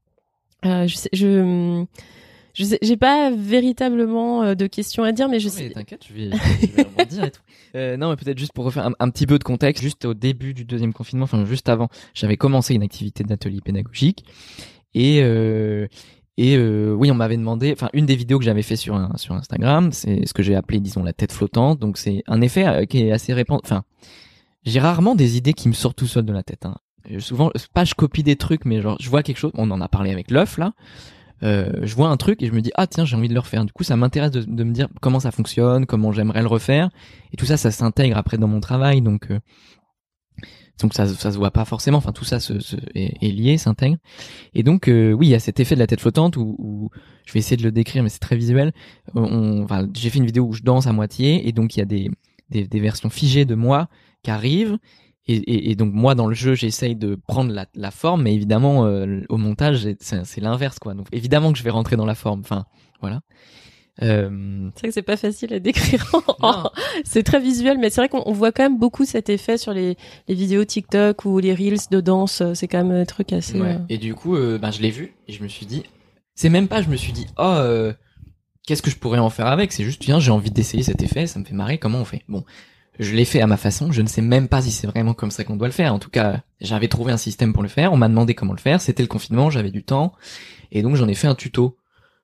Speaker 2: j'ai pas véritablement de questions à dire, mais
Speaker 3: mais t'inquiète, je vais rebondir et tout. Non, mais peut-être juste pour refaire un petit peu de contexte, juste au début du deuxième confinement, enfin juste avant, j'avais commencé une activité d'atelier pédagogique, et oui, on m'avait demandé, enfin une des vidéos que j'avais fait sur Instagram, c'est ce que j'ai appelé, disons, la tête flottante. Donc c'est un effet qui est assez répandu. Enfin, j'ai rarement des idées qui me sortent tout seul de la tête, hein. Souvent, pas je copie des trucs, mais genre je vois quelque chose, on en a parlé avec l'œuf là, je vois un truc et je me dis tiens, j'ai envie de le refaire. Du coup ça m'intéresse de me dire comment ça fonctionne, comment j'aimerais le refaire, et tout ça s'intègre après dans mon travail, donc ça se voit pas forcément, enfin tout ça est lié, s'intègre. Et donc oui, il y a cet effet de la tête flottante où je vais essayer de le décrire, mais c'est très visuel. J'ai fait une vidéo où je danse à moitié, et donc il y a des versions figées de moi qui arrivent. Et donc moi dans le jeu j'essaye de prendre la forme, mais évidemment au montage c'est l'inverse, quoi. Donc évidemment que je vais rentrer dans la forme. Enfin voilà.
Speaker 2: C'est vrai que c'est pas facile à décrire. C'est très visuel, mais c'est vrai qu'on voit quand même beaucoup cet effet sur les vidéos TikTok ou les reels de danse. C'est quand même un truc assez.
Speaker 3: Ouais. Et du coup, je l'ai vu et je me suis dit, je me suis dit, qu'est-ce que je pourrais en faire avec? C'est juste, tiens, j'ai envie d'essayer cet effet, ça me fait marrer. Comment on fait? Bon, je l'ai fait à ma façon. Je ne sais même pas si c'est vraiment comme ça qu'on doit le faire. En tout cas, j'avais trouvé un système pour le faire. On m'a demandé comment le faire. C'était le confinement, j'avais du temps et donc j'en ai fait un tuto.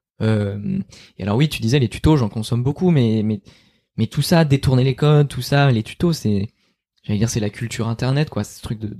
Speaker 3: Et alors oui, tu disais les tutos, j'en consomme beaucoup, mais tout ça, détourner les codes, tout ça, les tutos, c'est la culture internet, quoi. C'est ce truc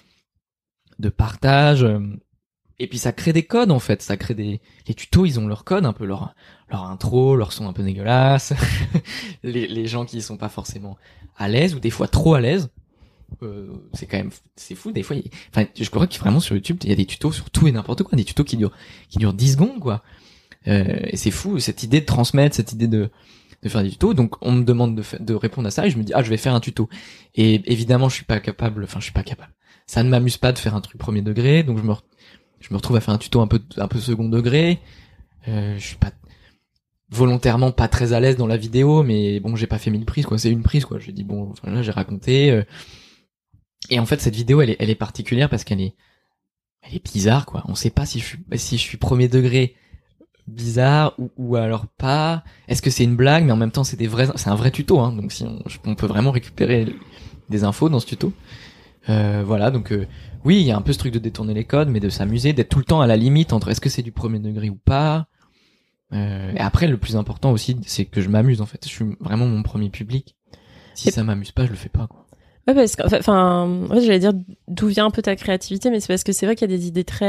Speaker 3: de partage. Et puis ça crée des codes en fait, les tutos, ils ont leur code, un peu leur intro, leur son un peu dégueulasse, les gens qui sont pas forcément à l'aise ou des fois trop à l'aise. C'est fou des fois. Je crois que vraiment sur YouTube, il y a des tutos sur tout et n'importe quoi, des tutos qui durent 10 secondes, quoi. Et c'est fou cette idée de transmettre, cette idée de faire des tutos. Donc on me demande de répondre à ça et je me dis je vais faire un tuto. Et évidemment je suis pas capable. Ça ne m'amuse pas de faire un truc premier degré, donc je me retrouve à faire un tuto un peu second degré. Je suis pas volontairement pas très à l'aise dans la vidéo, mais bon, j'ai pas fait 1000 prises, quoi. C'est une prise, quoi. Je dis bon, là j'ai raconté. Et en fait cette vidéo elle est particulière parce qu'elle est bizarre, quoi. On sait pas si je suis premier degré bizarre ou alors pas. Est-ce que c'est une blague, mais en même temps c'est un vrai tuto, hein. Donc si on peut vraiment récupérer des infos dans ce tuto. Voilà, donc oui, il y a un peu ce truc de détourner les codes, mais de s'amuser, d'être tout le temps à la limite entre est-ce que c'est du premier degré ou pas. Et après, le plus important aussi, c'est que je m'amuse, en fait. Je suis vraiment mon premier public. Si ça m'amuse pas, je le fais pas, quoi.
Speaker 2: Ouais, parce que, en fait, j'allais dire d'où vient un peu ta créativité, mais c'est parce que c'est vrai qu'il y a des idées très,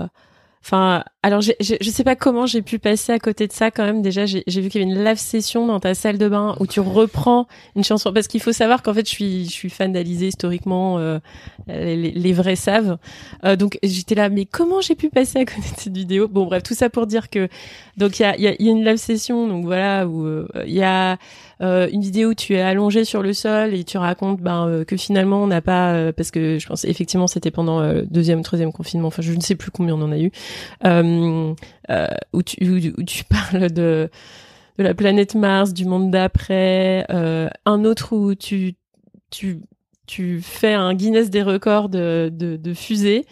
Speaker 2: alors je sais pas comment j'ai pu passer à côté de ça quand même. Déjà, j'ai vu qu'il y avait une live session dans ta salle de bain où tu reprends une chanson, parce qu'il faut savoir qu'en fait je suis fan d'Alizée historiquement, les vrais savent. Donc j'étais là, mais comment j'ai pu passer à côté de cette vidéo? Bon bref, tout ça pour dire que donc il y a une live session, donc voilà, où il y a une vidéo où tu es allongé sur le sol et tu racontes que finalement on n'a pas parce que je pense effectivement c'était pendant le deuxième, troisième confinement, enfin je ne sais plus combien on en a eu, où tu parles de la planète Mars, du monde d'après, un autre où tu fais un Guinness des records de fusée.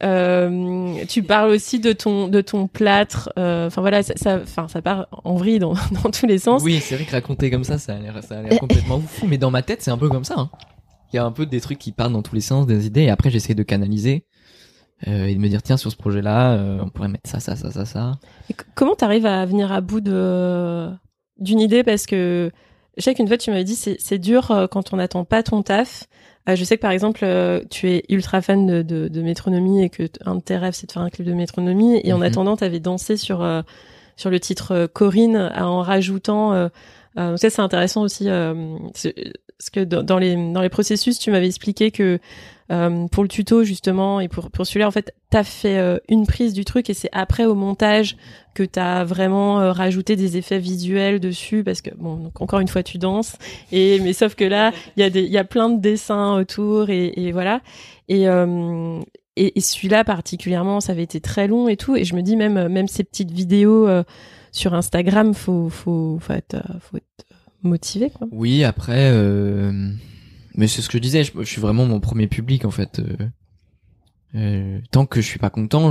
Speaker 2: Tu parles aussi de ton plâtre. Enfin voilà, ça part en vrille dans tous les sens.
Speaker 3: Oui, c'est vrai que raconter comme ça a l'air complètement fou. Mais dans ma tête, c'est un peu comme ça. Hein. Il y a un peu des trucs qui partent dans tous les sens, des idées, et après j'essaie de canaliser et de me dire tiens, sur ce projet-là, on pourrait mettre ça.
Speaker 2: Et comment t'arrives à venir à bout d'une idée? Parce que je sais qu'une fois tu m'avais dit c'est dur quand on n'attend pas ton taf. Je sais que par exemple tu es ultra fan de métronomie et que un de tes rêves c'est de faire un clip de métronomie, et en attendant t'avais dansé sur le titre Corinne en rajoutant donc ça c'est intéressant aussi parce que dans les processus tu m'avais expliqué que pour le tuto justement et pour celui-là en fait t'as fait une prise du truc et c'est après au montage que t'as vraiment rajouté des effets visuels dessus, parce que bon, donc encore une fois tu danses mais sauf que là il y a plein de dessins autour et voilà et celui-là particulièrement ça avait été très long et tout, et je me dis même ces petites vidéos sur Instagram faut être motivé, quoi.
Speaker 3: Oui, après mais c'est ce que je disais, je suis vraiment mon premier public en fait. Tant que je suis pas content,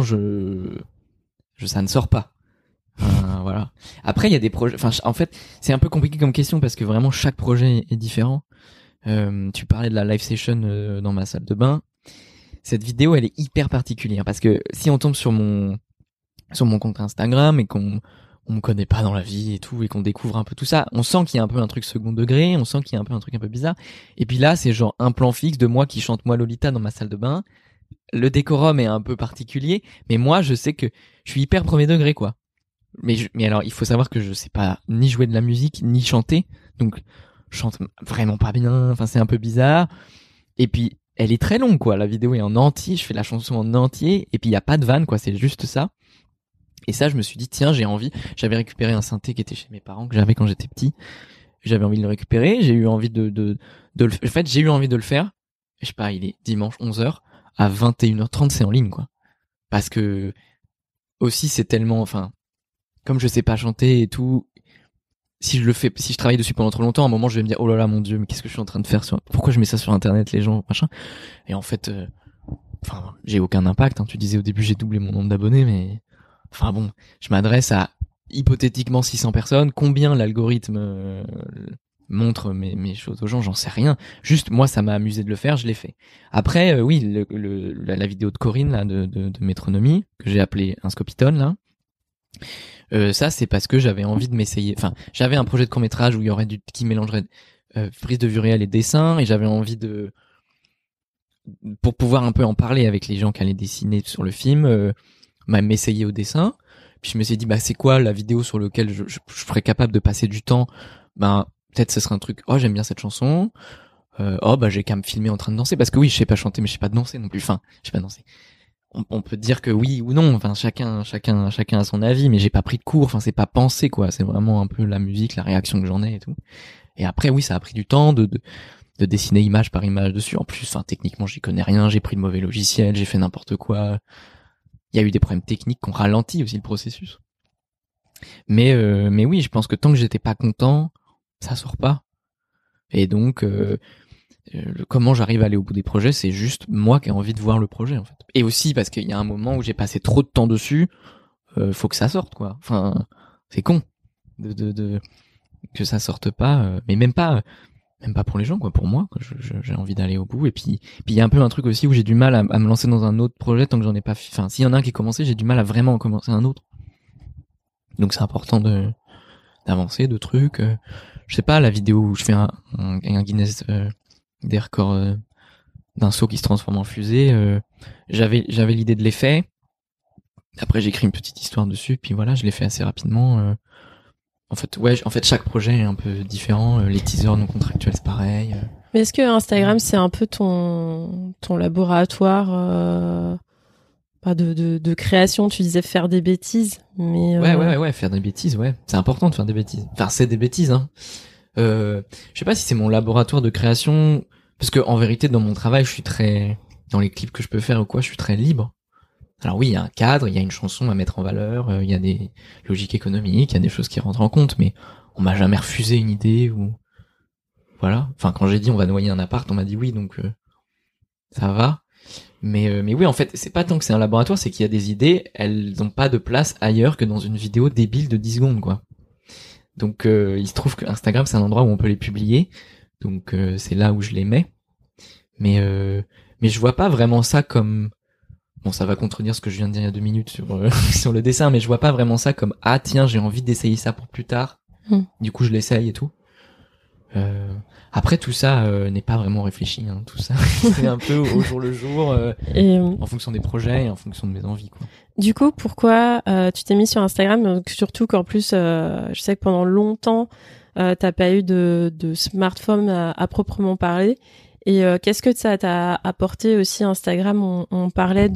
Speaker 3: ça ne sort pas. Voilà. Après il y a des projets, en fait, c'est un peu compliqué comme question parce que vraiment chaque projet est différent. Tu parlais de la live session dans ma salle de bain. Cette vidéo, elle est hyper particulière parce que si on tombe sur mon compte Instagram et qu'on me connaît pas dans la vie et tout, et qu'on découvre un peu tout ça, on sent qu'il y a un peu un truc second degré, on sent qu'il y a un peu un truc un peu bizarre. Et puis là, c'est genre un plan fixe de moi qui chante Moi Lolita dans ma salle de bain. Le décorum est un peu particulier, mais moi, je sais que je suis hyper premier degré, quoi. Mais alors, il faut savoir que je sais pas ni jouer de la musique, ni chanter. Donc, je chante vraiment pas bien. Enfin, c'est un peu bizarre. Et puis, elle est très longue, quoi. La vidéo est en entier. Je fais la chanson en entier. Et puis, il y a pas de vanne, quoi. C'est juste ça. Et ça, je me suis dit, tiens, j'ai envie. J'avais récupéré un synthé qui était chez mes parents, que j'avais quand j'étais petit. J'avais envie de le récupérer. J'ai eu envie en fait, j'ai eu envie de le faire. Je sais pas, il est dimanche 11h. À 21h30, c'est en ligne, quoi. Parce que, aussi, c'est tellement, comme je sais pas chanter et tout, si je travaille dessus pendant trop longtemps, à un moment je vais me dire oh là là mon Dieu, mais qu'est-ce que je suis en train de faire pourquoi je mets ça sur internet, les gens machin. Et en fait j'ai aucun impact, hein. Tu disais au début j'ai doublé mon nombre d'abonnés, mais enfin bon, je m'adresse à hypothétiquement 600 personnes. Combien l'algorithme montre mes choses aux gens, j'en sais rien. Juste moi ça m'a amusé de le faire, je l'ai fait. Après oui, la vidéo de Corinne là de métronomie que j'ai appelée un Scopitone là. Ça c'est parce que j'avais envie de m'essayer. Enfin, j'avais un projet de court-métrage où il y aurait qui mélangerait prise de vue réelle et dessin, et j'avais envie pour pouvoir un peu en parler avec les gens qui allaient dessiner sur le film, m'essayer au dessin. Puis je me suis dit c'est quoi la vidéo sur laquelle je serais capable de passer du temps. Peut-être ce serait un truc, j'aime bien cette chanson, j'ai qu'à me filmer en train de danser, parce que oui, je sais pas chanter, mais je sais pas danser non plus. Enfin, je sais pas danser. On peut dire que oui ou non, enfin chacun a son avis, mais j'ai pas pris de cours, enfin c'est pas pensé quoi, c'est vraiment un peu la musique, la réaction que j'en ai et tout. Et après oui, ça a pris du temps de dessiner image par image dessus. En plus, enfin techniquement, j'y connais rien, j'ai pris le mauvais logiciel, j'ai fait n'importe quoi. Il y a eu des problèmes techniques qui ont ralenti aussi le processus. Mais oui, je pense que tant que j'étais pas content, ça sort pas. Et donc comment j'arrive à aller au bout des projets, c'est juste moi qui ai envie de voir le projet en fait. Et aussi parce qu'il y a un moment où j'ai passé trop de temps dessus, faut que ça sorte quoi. Enfin, c'est con de que ça sorte pas, mais même pas pour les gens quoi, pour moi quoi. J'ai envie d'aller au bout. Et puis il y a un peu un truc aussi où j'ai du mal à me lancer dans un autre projet tant que j'en ai pas enfin s'il y en a un qui est commencé, j'ai du mal à vraiment en commencer un autre. Donc c'est important d'avancer de trucs. Je sais pas, la vidéo où je fais un Guinness des records d'un saut qui se transforme en fusée, j'avais l'idée de l'effet. Après j'ai écrit une petite histoire dessus, puis voilà, je l'ai fait assez rapidement. En fait chaque projet est un peu différent. Les teasers non contractuels c'est pareil.
Speaker 2: Mais est-ce que Instagram c'est un peu ton laboratoire de création? Tu disais faire des bêtises, mais
Speaker 3: ouais, faire des bêtises, ouais, c'est important de faire des bêtises. Enfin c'est des bêtises, hein. Je sais pas si c'est mon laboratoire de création, parce que en vérité dans mon travail je suis dans les clips que je peux faire ou quoi, je suis très libre. Alors oui, il y a un cadre, il y a une chanson à mettre en valeur, il y a des logiques économiques, il y a des choses qui rentrent en compte, mais on m'a jamais refusé une idée ou voilà. Enfin quand j'ai dit on va noyer un appart, on m'a dit oui, donc ça va. Mais oui, en fait, c'est pas tant que c'est un laboratoire, c'est qu'il y a des idées, elles n'ont pas de place ailleurs que dans une vidéo débile de 10 secondes quoi. Donc il se trouve que Instagram c'est un endroit où on peut les publier, donc c'est là où je les mets. Mais je vois pas vraiment ça comme, bon ça va contredire ce que je viens de dire il y a 2 minutes sur sur le dessin, mais je vois pas vraiment ça comme tiens j'ai envie d'essayer ça pour plus tard. Du coup je l'essaye et tout. Après tout ça n'est pas vraiment réfléchi, hein, tout ça c'est un peu au jour le jour, en fonction des projets et en fonction de mes envies quoi.
Speaker 2: Du coup, pourquoi tu t'es mis sur Instagram, donc, surtout qu'en plus je sais que pendant longtemps t'as pas eu de smartphone à proprement parler, et qu'est-ce que ça t'a apporté aussi Instagram? On parlait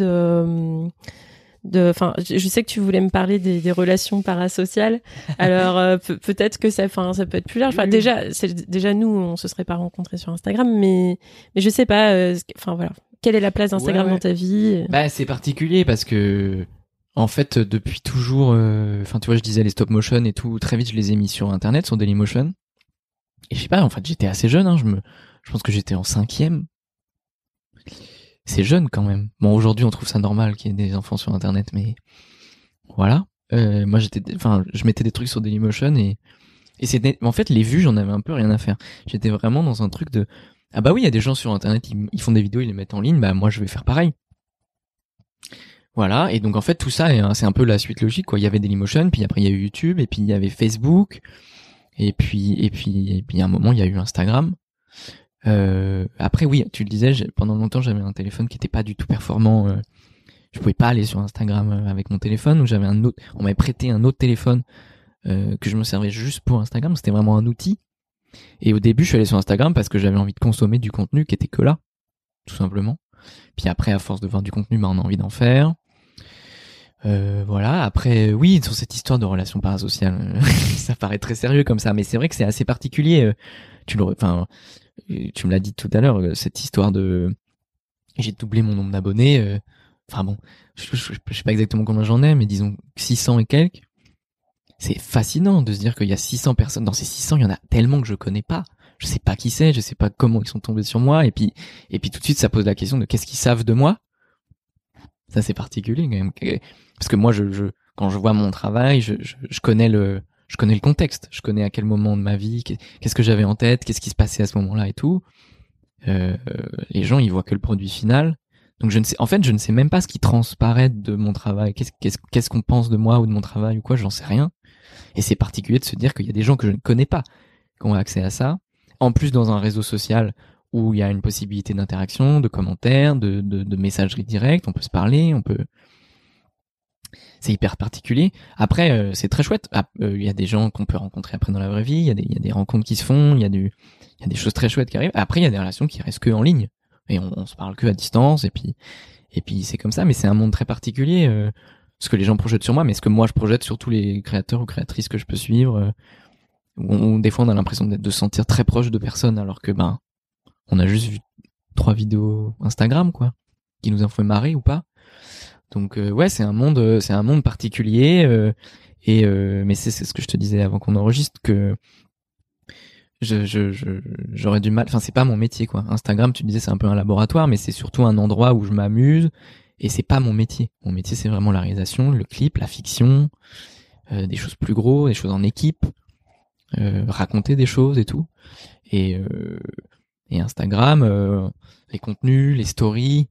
Speaker 2: enfin je sais que tu voulais me parler des relations parasociales. Alors peut-être que ça peut être plus large. Enfin déjà nous on se serait pas rencontrés sur Instagram, mais je sais pas, enfin voilà, quelle est la place d'Instagram dans ta vie?
Speaker 3: C'est particulier parce que en fait depuis toujours, enfin tu vois, je disais les stop motion et tout, très vite je les ai mis sur internet, sur Dailymotion. Et je sais pas, en fait j'étais assez jeune, hein, je pense que j'étais en 5e. C'est jeune quand même. Bon, aujourd'hui on trouve ça normal qu'il y ait des enfants sur internet, mais voilà. Moi je mettais des trucs sur Dailymotion et c'était, en fait les vues j'en avais un peu rien à faire. J'étais vraiment dans un truc de oui, il y a des gens sur internet, ils font des vidéos, ils les mettent en ligne, moi je vais faire pareil. Voilà, et donc en fait tout ça c'est un peu la suite logique quoi. Il y avait Dailymotion, puis après il y a eu YouTube, et puis il y avait Facebook, et puis à un moment il y a eu Instagram. Après oui, tu le disais, pendant longtemps j'avais un téléphone qui était pas du tout performant. Je pouvais pas aller sur Instagram avec mon téléphone, ou j'avais on m'avait prêté un autre téléphone que je me servais juste pour Instagram. C'était vraiment un outil. Et au début je suis allé sur Instagram parce que j'avais envie de consommer du contenu qui était que là, tout simplement. Puis après à force de voir du contenu, on a envie d'en faire. Voilà. Après oui, sur cette histoire de relations parasociales, ça paraît très sérieux comme ça, mais c'est vrai que c'est assez particulier. Tu me l'as dit tout à l'heure, cette histoire de j'ai doublé mon nombre d'abonnés. Enfin bon, je sais pas exactement combien j'en ai, mais disons 600 et quelques. c'est fascinant de se dire qu'il y a 600 personnes. Dans ces 600, il y en a tellement que je connais pas. Je sais pas qui c'est, je sais pas comment ils sont tombés sur moi. Et puis tout de suite, ça pose la question de qu'est-ce qu'ils savent de moi. Ça, c'est particulier, quand même. Parce que moi, quand je vois mon travail, je connais le contexte. Je connais à quel moment de ma vie, qu'est-ce que j'avais en tête, qu'est-ce qui se passait à ce moment-là et tout. Les gens, ils voient que le produit final. Donc je ne sais même pas ce qui transparaît de mon travail. Qu'est-ce qu'on pense de moi ou de mon travail ou quoi, j'en sais rien. Et c'est particulier de se dire qu'il y a des gens que je ne connais pas qui ont accès à ça. En plus, dans un réseau social où il y a une possibilité d'interaction, de commentaires, de messagerie directe, on peut se parler, c'est hyper particulier. Après, c'est très chouette. Il y a des gens qu'on peut rencontrer après dans la vraie vie, il y a des rencontres qui se font, il y a des choses très chouettes qui arrivent. Après, il y a des relations qui restent que en ligne. Et on se parle que à distance, et puis c'est comme ça, mais c'est un monde très particulier, ce que les gens projettent sur moi, mais ce que moi je projette sur tous les créateurs ou créatrices que je peux suivre, où des fois on a l'impression de se sentir très proche de personnes, alors que on a juste vu 3 vidéos Instagram, quoi, qui nous ont fait marrer ou pas. Donc ouais, c'est un monde particulier, mais c'est ce que je te disais avant qu'on enregistre, que j'aurais du mal, enfin c'est pas mon métier, quoi. Instagram, tu disais, c'est un peu un laboratoire, mais c'est surtout un endroit où je m'amuse, et c'est pas mon métier. Mon métier, c'est vraiment la réalisation, le clip, la fiction, des choses plus gros, des choses en équipe, raconter des choses et tout. Et Instagram, les contenus, les stories,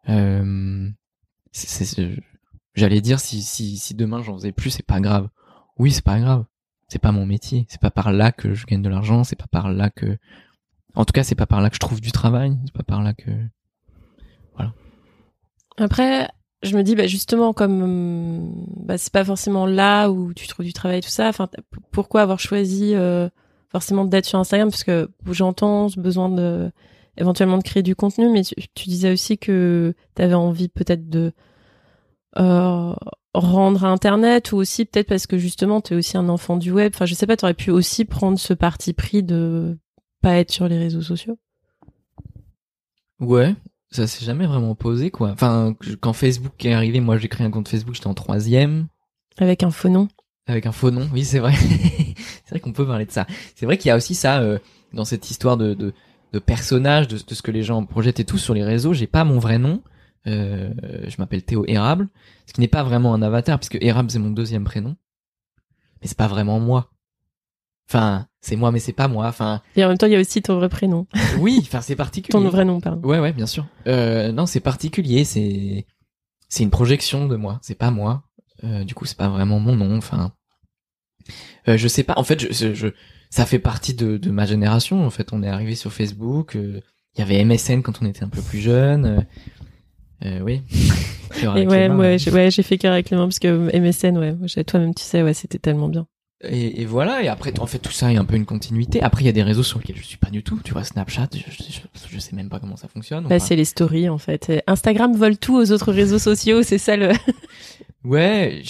Speaker 3: j'allais dire, si demain j'en faisais plus, c'est pas grave. Oui, c'est pas grave. C'est pas mon métier. C'est pas par là que je gagne de l'argent. C'est pas par là que, en tout cas, c'est pas par là que je trouve du travail. C'est pas par là que, voilà.
Speaker 2: Après, je me dis, justement, comme, c'est pas forcément là où tu trouves du travail, tout ça. Enfin, pourquoi avoir choisi, forcément d'être sur Instagram? Parce que j'entends ce besoin éventuellement de créer du contenu, mais tu disais aussi que t'avais envie peut-être de, rendre à Internet, ou aussi peut-être parce que justement t'es aussi un enfant du web. Enfin, je sais pas, t'aurais pu aussi prendre ce parti pris de pas être sur les réseaux sociaux.
Speaker 3: Ouais, ça s'est jamais vraiment posé, quoi. Enfin, quand Facebook est arrivé, moi j'ai créé un compte Facebook, j'étais en 3e.
Speaker 2: Avec un faux nom.
Speaker 3: Avec un faux nom, oui, c'est vrai. C'est vrai qu'on peut parler de ça. C'est vrai qu'il y a aussi ça dans cette histoire de personnage, de ce que les gens projettent et tout sur les réseaux. J'ai pas mon vrai nom. Je m'appelle Théo Érable, ce qui n'est pas vraiment un avatar, puisque Érable c'est mon 2e prénom, mais c'est pas vraiment moi. Enfin, c'est moi, mais c'est pas moi. Enfin.
Speaker 2: Et en même temps, il y a aussi ton vrai prénom.
Speaker 3: Oui, enfin c'est particulier.
Speaker 2: Ton vrai nom, pardon.
Speaker 3: Ouais, bien sûr. Non, c'est particulier. C'est une projection de moi. C'est pas moi. Du coup, c'est pas vraiment mon nom. Enfin, je sais pas. En fait, ça fait partie de ma génération. En fait, on est arrivé sur Facebook. Il y avait MSN quand on était un peu plus jeune. Oui.
Speaker 2: Et ouais, j'ai fait cœur avec les mains, parce que MSN, ouais, toi-même tu sais, ouais, c'était tellement bien.
Speaker 3: Et voilà, et après, en fait, tout ça est un peu une continuité. Après, il y a des réseaux sur lesquels je suis pas du tout. Tu vois, Snapchat, je sais même pas comment ça fonctionne.
Speaker 2: C'est les stories, en fait. Instagram vole tout aux autres réseaux sociaux, c'est ça le...
Speaker 3: Ouais,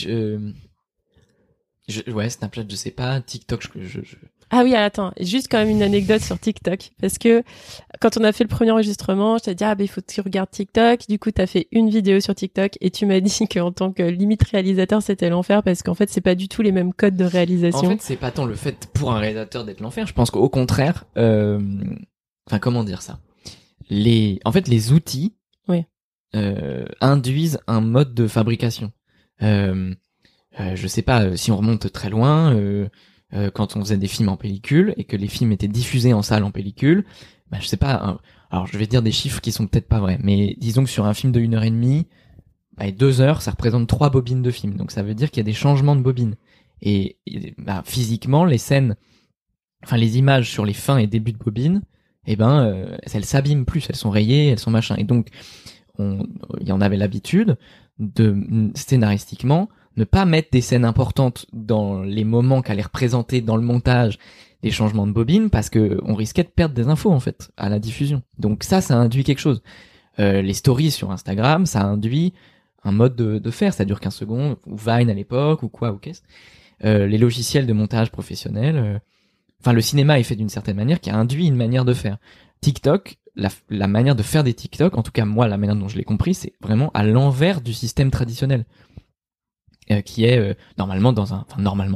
Speaker 3: ouais, Snapchat, je sais pas. TikTok,
Speaker 2: Ah oui, attends, juste quand même une anecdote sur TikTok, parce que quand on a fait le premier enregistrement, je t'ai dit, il faut que tu regardes TikTok. Du coup, t'as fait une vidéo sur TikTok et tu m'as dit qu'en tant que limite réalisateur, c'était l'enfer, parce qu'en fait, c'est pas du tout les mêmes codes de réalisation.
Speaker 3: En fait, c'est pas tant le fait pour un réalisateur d'être l'enfer. Je pense qu'au contraire, comment dire ça? En fait, les outils,
Speaker 2: oui,
Speaker 3: induisent un mode de fabrication. Je sais pas, si on remonte très loin, quand on faisait des films en pellicule et que les films étaient diffusés en salle en pellicule, je sais pas, alors je vais dire des chiffres qui sont peut-être pas vrais, mais disons que sur un film de 1h30, 2 heures, ça représente 3 bobines de film. Donc ça veut dire qu'il y a des changements de bobines. Et physiquement, les scènes, enfin les images sur les fins et débuts de bobines, elles s'abîment plus, elles sont rayées, elles sont machin. Et donc, il y en avait l'habitude de, scénaristiquement, ne pas mettre des scènes importantes dans les moments qu'allaient représenter dans le montage les changements de bobine, parce que on risquait de perdre des infos, en fait, à la diffusion. Donc ça induit quelque chose. Les stories sur Instagram, ça induit un mode de faire, ça dure 15 secondes, ou Vine à l'époque, ou quoi, ou qu'est-ce. Les logiciels de montage professionnels, le cinéma est fait d'une certaine manière qui a induit une manière de faire. TikTok, la manière de faire des TikTok, en tout cas moi, la manière dont je l'ai compris, c'est vraiment à l'envers du système traditionnel. Qui est normalement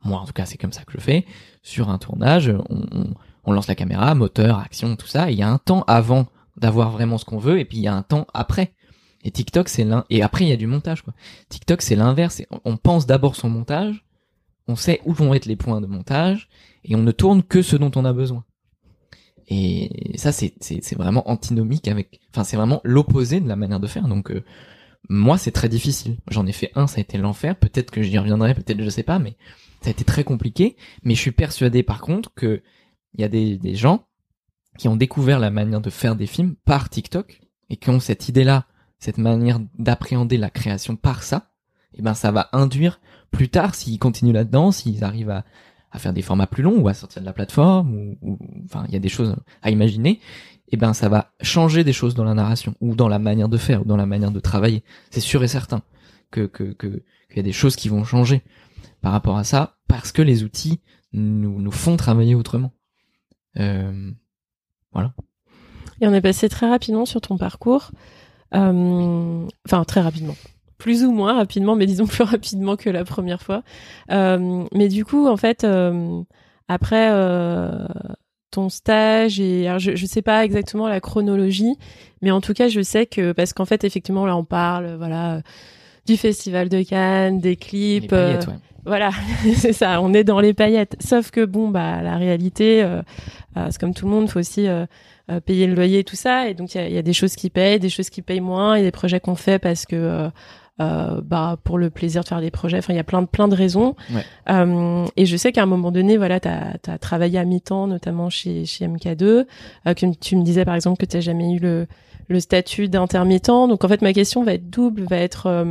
Speaker 3: moi en tout cas c'est comme ça que je fais, sur un tournage, on lance la caméra, moteur, action, tout ça, et il y a un temps avant d'avoir vraiment ce qu'on veut, et puis il y a un temps après. Et TikTok c'est et après il y a du montage quoi. TikTok c'est l'inverse, on pense d'abord son montage, on sait où vont être les points de montage, et on ne tourne que ce dont on a besoin. Et ça c'est vraiment antinomique c'est vraiment l'opposé de la manière de faire. Donc moi c'est très difficile. J'en ai fait un, ça a été l'enfer. Peut-être que j'y reviendrai, peut-être je sais pas, mais ça a été très compliqué. Mais je suis persuadé par contre que il y a des gens qui ont découvert la manière de faire des films par TikTok et qui ont cette idée-là, cette manière d'appréhender la création par ça. Et ben ça va induire plus tard, s'ils continuent là-dedans, s'ils arrivent à faire des formats plus longs ou à sortir de la plateforme ou enfin il y a des choses à imaginer, et ben ça va changer des choses dans la narration ou dans la manière de faire ou dans la manière de travailler. C'est sûr et certain qu'il y a des choses qui vont changer par rapport à ça parce que les outils nous font travailler autrement. Voilà.
Speaker 2: Et on est passé très rapidement sur ton parcours. Enfin, très rapidement. Plus ou moins rapidement, mais disons plus rapidement que la première fois. Mais du coup, en fait, après ton stage, et alors je sais pas exactement la chronologie, mais en tout cas, je sais que, parce qu'en fait, effectivement, là, on parle, voilà, du Festival de Cannes, des clips.
Speaker 3: Les paillettes, ouais.
Speaker 2: Voilà, c'est ça, on est dans les paillettes. Sauf que, bon, bah, la réalité, c'est comme tout le monde, faut aussi payer le loyer et tout ça. Et donc, il y a des choses qui payent, des choses qui payent moins, et des projets qu'on fait parce que bah pour le plaisir de faire des projets. Enfin, il y a plein de raisons. Ouais. Et je sais qu'à un moment donné, voilà, t'as travaillé à mi-temps, notamment chez MK2. Que tu me disais par exemple que t'as jamais eu le statut d'intermittent. Donc en fait, ma question va être double, va être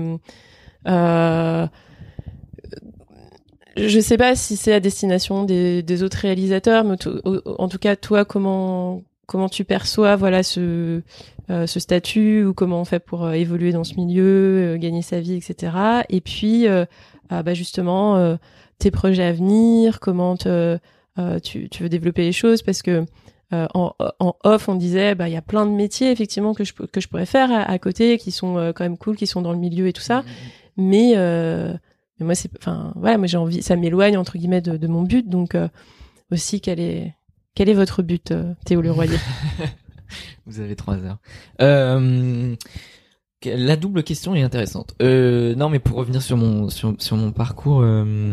Speaker 2: je sais pas si c'est à destination des autres réalisateurs, mais en tout cas, toi, comment tu perçois, voilà, ce statut, ou comment on fait pour évoluer dans ce milieu, gagner sa vie, etc. Et puis, bah justement, tes projets à venir, comment tu veux développer les choses, parce que en off, on disait, bah il y a plein de métiers effectivement que je pourrais faire à côté, qui sont quand même cool, qui sont dans le milieu et tout ça, mais moi c'est, enfin voilà, moi j'ai envie, ça m'éloigne entre guillemets de mon but, donc aussi quel est votre but, Théo Leroyer?
Speaker 3: Vous avez 3 heures. La double question est intéressante. Non, mais pour revenir sur mon parcours,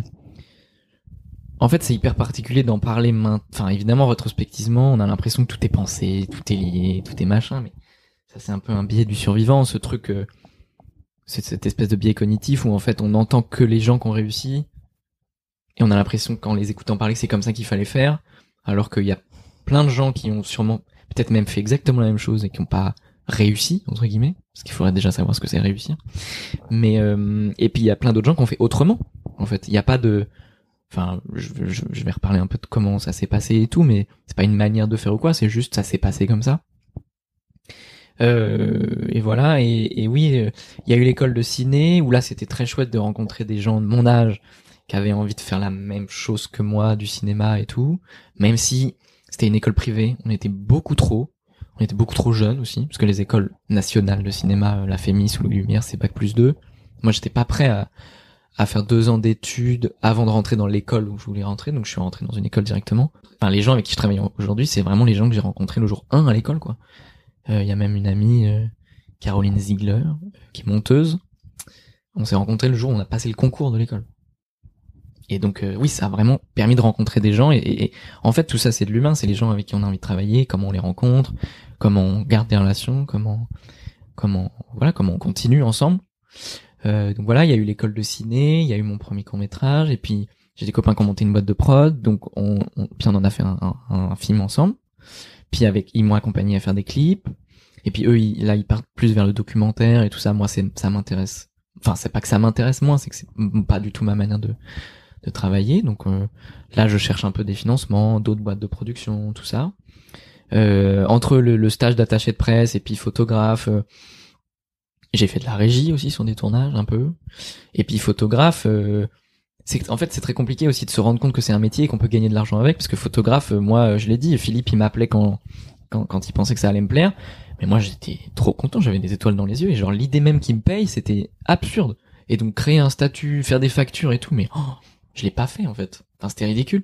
Speaker 3: en fait, c'est hyper particulier d'en parler enfin, évidemment, rétrospectivement, on a l'impression que tout est pensé, tout est lié, tout est machin, mais ça, c'est un peu un biais du survivant, ce truc, c'est cette espèce de biais cognitif où, en fait, on n'entend que les gens qui ont réussi, et on a l'impression qu'en les écoutant parler, c'est comme ça qu'il fallait faire, alors qu'il y a plein de gens qui ont sûrement peut-être même fait exactement la même chose et qui n'ont pas réussi, entre guillemets, parce qu'il faudrait déjà savoir ce que c'est réussir. Mais et puis il y a plein d'autres gens qui ont fait autrement. En fait, il n'y a pas de, enfin, je vais reparler un peu de comment ça s'est passé et tout, mais c'est pas une manière de faire ou quoi, c'est juste ça s'est passé comme ça. Et voilà. Et oui, il y a eu l'école de ciné où là c'était très chouette de rencontrer des gens de mon âge qui avaient envie de faire la même chose que moi, du cinéma et tout, même si c'était une école privée, on était beaucoup trop jeunes aussi, parce que les écoles nationales de cinéma, la FEMIS ou le Lumière, c'est Bac+2. Moi, j'étais pas prêt à faire 2 ans d'études avant de rentrer dans l'école où je voulais rentrer, donc je suis rentré dans une école directement. Enfin, les gens avec qui je travaille aujourd'hui, c'est vraiment les gens que j'ai rencontrés le jour 1 à l'école, quoi. Il y a même une amie, Caroline Ziegler, qui est monteuse. On s'est rencontrés le jour où on a passé le concours de l'école. Et donc oui, ça a vraiment permis de rencontrer des gens et en fait tout ça c'est de l'humain, c'est les gens avec qui on a envie de travailler, comment on les rencontre, comment on garde des relations, comment on continue ensemble. Donc voilà, il y a eu l'école de ciné, il y a eu mon premier court-métrage et puis j'ai des copains qui ont monté une boîte de prod, donc puis on en a fait un film ensemble. Puis ils m'ont accompagné à faire des clips et puis eux ils partent plus vers le documentaire et tout ça. Moi ça m'intéresse. Enfin, c'est pas que ça m'intéresse moins, c'est que c'est pas du tout ma manière de travailler, donc là je cherche un peu des financements, d'autres boîtes de production, tout ça. Entre le stage d'attaché de presse et puis photographe, j'ai fait de la régie aussi sur des tournages un peu. Et puis photographe, en fait c'est très compliqué aussi de se rendre compte que c'est un métier et qu'on peut gagner de l'argent avec, parce que photographe, moi je l'ai dit, Philippe il m'appelait quand il pensait que ça allait me plaire, mais moi j'étais trop content, j'avais des étoiles dans les yeux et genre l'idée même qu'il me paye, c'était absurde. Et donc créer un statut, faire des factures et tout, mais je l'ai pas fait en fait. Enfin, c'était ridicule.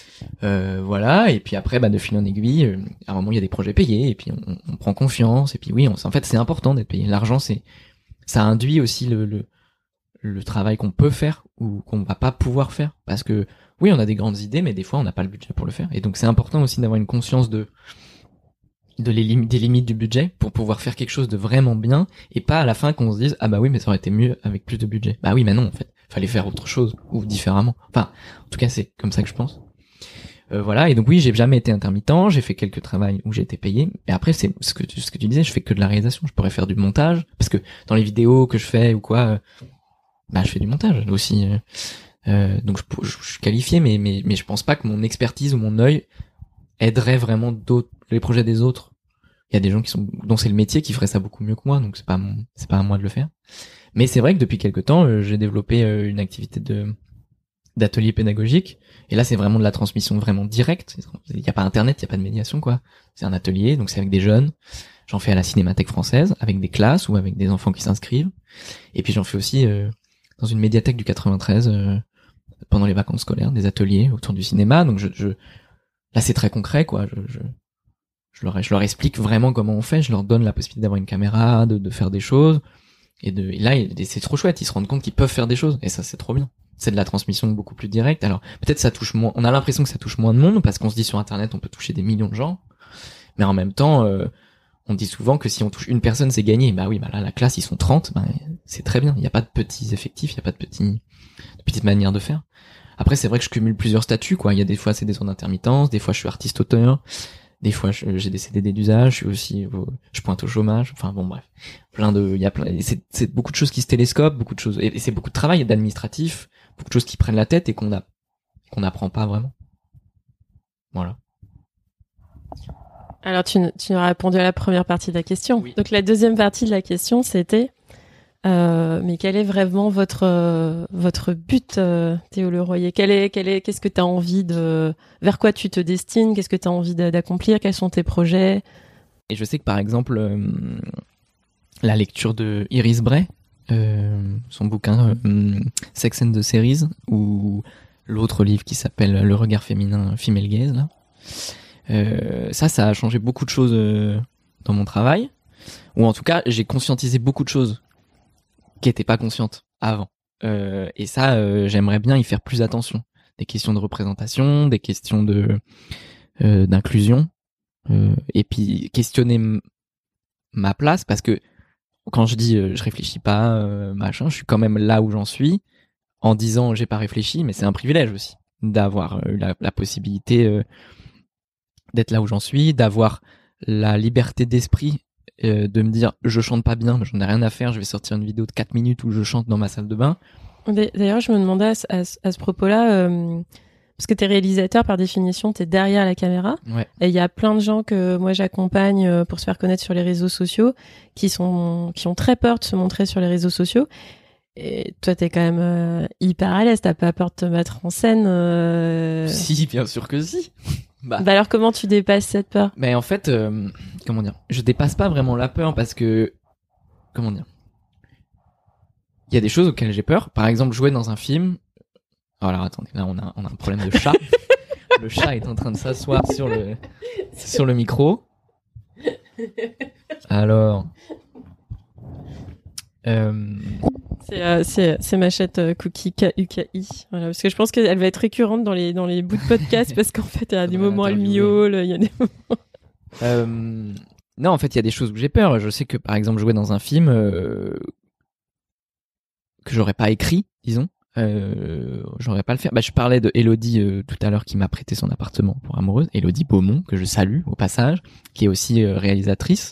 Speaker 3: Voilà, et puis après, de fil en aiguille, à un moment il y a des projets payés, et puis on prend confiance, et puis oui, en fait c'est important d'être payé. L'argent, ça induit aussi le travail qu'on peut faire ou qu'on va pas pouvoir faire, parce que oui, on a des grandes idées, mais des fois on n'a pas le budget pour le faire, et donc c'est important aussi d'avoir une conscience des limites du budget pour pouvoir faire quelque chose de vraiment bien, et pas à la fin qu'on se dise ah bah oui mais ça aurait été mieux avec plus de budget. Bah oui mais non, en fait fallait faire autre chose ou différemment. Enfin, en tout cas c'est comme ça que je pense. Voilà, et donc oui, j'ai jamais été intermittent, j'ai fait quelques travails où j'ai été payé, et après c'est ce que tu disais, je fais que de la réalisation, je pourrais faire du montage, parce que dans les vidéos que je fais ou quoi, je fais du montage aussi, donc je suis qualifié, mais je pense pas que mon expertise ou mon œil aiderait vraiment les projets des autres. Il y a des gens dont c'est le métier qui feraient ça beaucoup mieux que moi, donc c'est pas à moi de le faire. Mais c'est vrai que depuis quelque temps, j'ai développé une activité d'atelier pédagogique, et là c'est vraiment de la transmission vraiment directe. Il y a pas internet, il y a pas de médiation quoi. C'est un atelier, donc c'est avec des jeunes. J'en fais à la Cinémathèque française avec des classes ou avec des enfants qui s'inscrivent. Et puis j'en fais aussi dans une médiathèque du 93 pendant les vacances scolaires, des ateliers autour du cinéma. Donc là c'est très concret quoi. Je leur explique vraiment comment on fait. Je leur donne la possibilité d'avoir une caméra, de faire des choses. Et là c'est trop chouette. Ils se rendent compte qu'ils peuvent faire des choses. Et ça c'est trop bien. C'est de la transmission beaucoup plus directe. Alors peut-être ça touche moins. On a l'impression que ça touche moins de monde parce qu'on se dit sur Internet on peut toucher des millions de gens. Mais en même temps, on dit souvent que si on touche une personne c'est gagné. Bah oui, là la classe ils sont 30. C'est très bien. Il y a pas de petits effectifs. Il y a pas de petites manières de faire. Après c'est vrai que je cumule plusieurs statuts quoi. Il y a des fois c'est des zones d'intermittence. Des fois je suis artiste-auteur. Des fois, j'ai des CDD d'usage, je pointe au chômage. Enfin bon, bref, c'est beaucoup de choses qui se télescopent, beaucoup de choses, et c'est beaucoup de travail d'administratif, beaucoup de choses qui prennent la tête et qu'on n'apprend pas vraiment. Voilà.
Speaker 2: Alors, tu nous as répondu à la première partie de la question. Oui. Donc, la deuxième partie de la question, c'était, mais quel est vraiment votre but, Théo Leroyer? Qu'est-ce que tu as envie vers quoi tu te destines? Qu'est-ce que tu as envie d'accomplir? Quels sont tes projets?
Speaker 3: Et je sais que par exemple, la lecture de Iris Bray, son bouquin Sex and the Series, ou l'autre livre qui s'appelle Le regard féminin, Female Gaze, là, ça a changé beaucoup de choses dans mon travail, ou en tout cas, j'ai conscientisé beaucoup de choses qui n'étaient pas conscientes avant. Et ça, j'aimerais bien y faire plus attention. Des questions de représentation, des questions d'inclusion, et puis questionner ma place, parce que quand je dis je réfléchis pas, machin, je suis quand même là où j'en suis, en disant j'ai pas réfléchi, mais c'est un privilège aussi d'avoir la possibilité d'être là où j'en suis, d'avoir la liberté d'esprit de me dire je chante pas bien, mais j'en ai rien à faire, je vais sortir une vidéo de 4 minutes où je chante dans ma salle de bain.
Speaker 2: D'ailleurs, je me demandais à ce propos-là, parce que t'es réalisateur par définition, t'es derrière la caméra,
Speaker 3: ouais.
Speaker 2: Et il y a plein de gens que moi j'accompagne pour se faire connaître sur les réseaux sociaux, qui ont très peur de se montrer sur les réseaux sociaux. Et toi, t'es quand même hyper à l'aise, t'as pas peur de te mettre en scène
Speaker 3: Si, bien sûr que si.
Speaker 2: Bah alors comment tu dépasses cette peur?
Speaker 3: Mais en fait, comment dire, je dépasse pas vraiment la peur parce que, comment dire, il y a des choses auxquelles j'ai peur. Par exemple, jouer dans un film. Oh, alors attendez, là on a un problème de chat. Le chat est en train de s'asseoir sur le micro. Alors.
Speaker 2: C'est ma chatte Cookie KUKI. Voilà, parce que je pense qu'elle va être récurrente dans les bouts de podcast parce qu'en fait, il y a des moments elle miaule, il y a des moments.
Speaker 3: Non, en fait, il y a des choses où j'ai peur. Je sais que par exemple, jouer dans un film que j'aurais pas écrit, disons, j'aurais pas le faire. Je parlais de Elodie tout à l'heure qui m'a prêté son appartement pour Amoureuse. Elodie Beaumont, que je salue au passage, qui est aussi réalisatrice.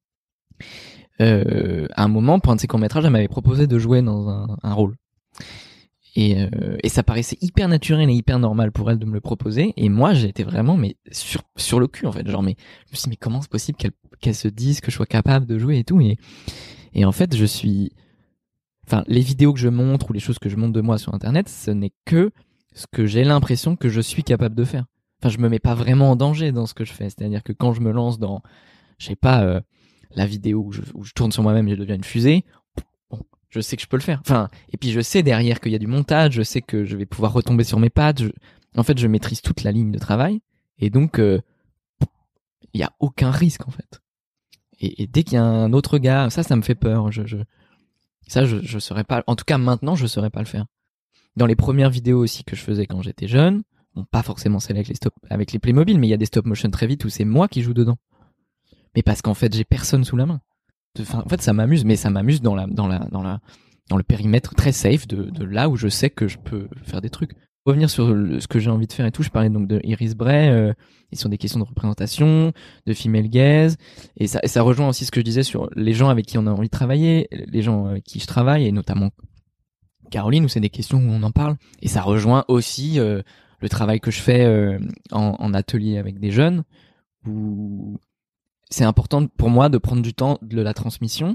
Speaker 3: À un moment, pour un de ses courts-métrages, elle m'avait proposé de jouer dans un rôle. Et ça paraissait hyper naturel et hyper normal pour elle de me le proposer. Et moi, j'étais vraiment sur le cul, en fait. Genre, mais je me suis dit, mais comment c'est possible qu'elle se dise que je sois capable de jouer et tout. Et en fait, les vidéos que je montre ou les choses que je montre de moi sur Internet, ce n'est que ce que j'ai l'impression que je suis capable de faire. Enfin, je me mets pas vraiment en danger dans ce que je fais. C'est-à-dire que quand je me lance dans, je sais pas, la vidéo où je tourne sur moi-même et je deviens une fusée, bon, je sais que je peux le faire. Enfin, et puis je sais derrière qu'il y a du montage, je sais que je vais pouvoir retomber sur mes pattes. En fait, je maîtrise toute la ligne de travail, et donc il y a aucun risque en fait. Et dès qu'il y a un autre gars, ça me fait peur. Je saurais pas. En tout cas, maintenant, je saurais pas le faire. Dans les premières vidéos aussi que je faisais quand j'étais jeune, bon, pas forcément celles avec les Playmobil, mais il y a des stop motion très vite où c'est moi qui joue dedans. Mais parce qu'en fait, j'ai personne sous la main. Enfin, en fait, ça m'amuse, mais ça m'amuse dans le périmètre très safe de là où je sais que je peux faire des trucs. Revenir sur ce que j'ai envie de faire et tout, je parlais donc de Iris Bray, et sur des questions de représentation, de female gaze, et ça rejoint aussi ce que je disais sur les gens avec qui on a envie de travailler, les gens avec qui je travaille, et notamment Caroline, où c'est des questions où on en parle, et ça rejoint aussi le travail que je fais en atelier avec des jeunes, où c'est important pour moi de prendre du temps de la transmission,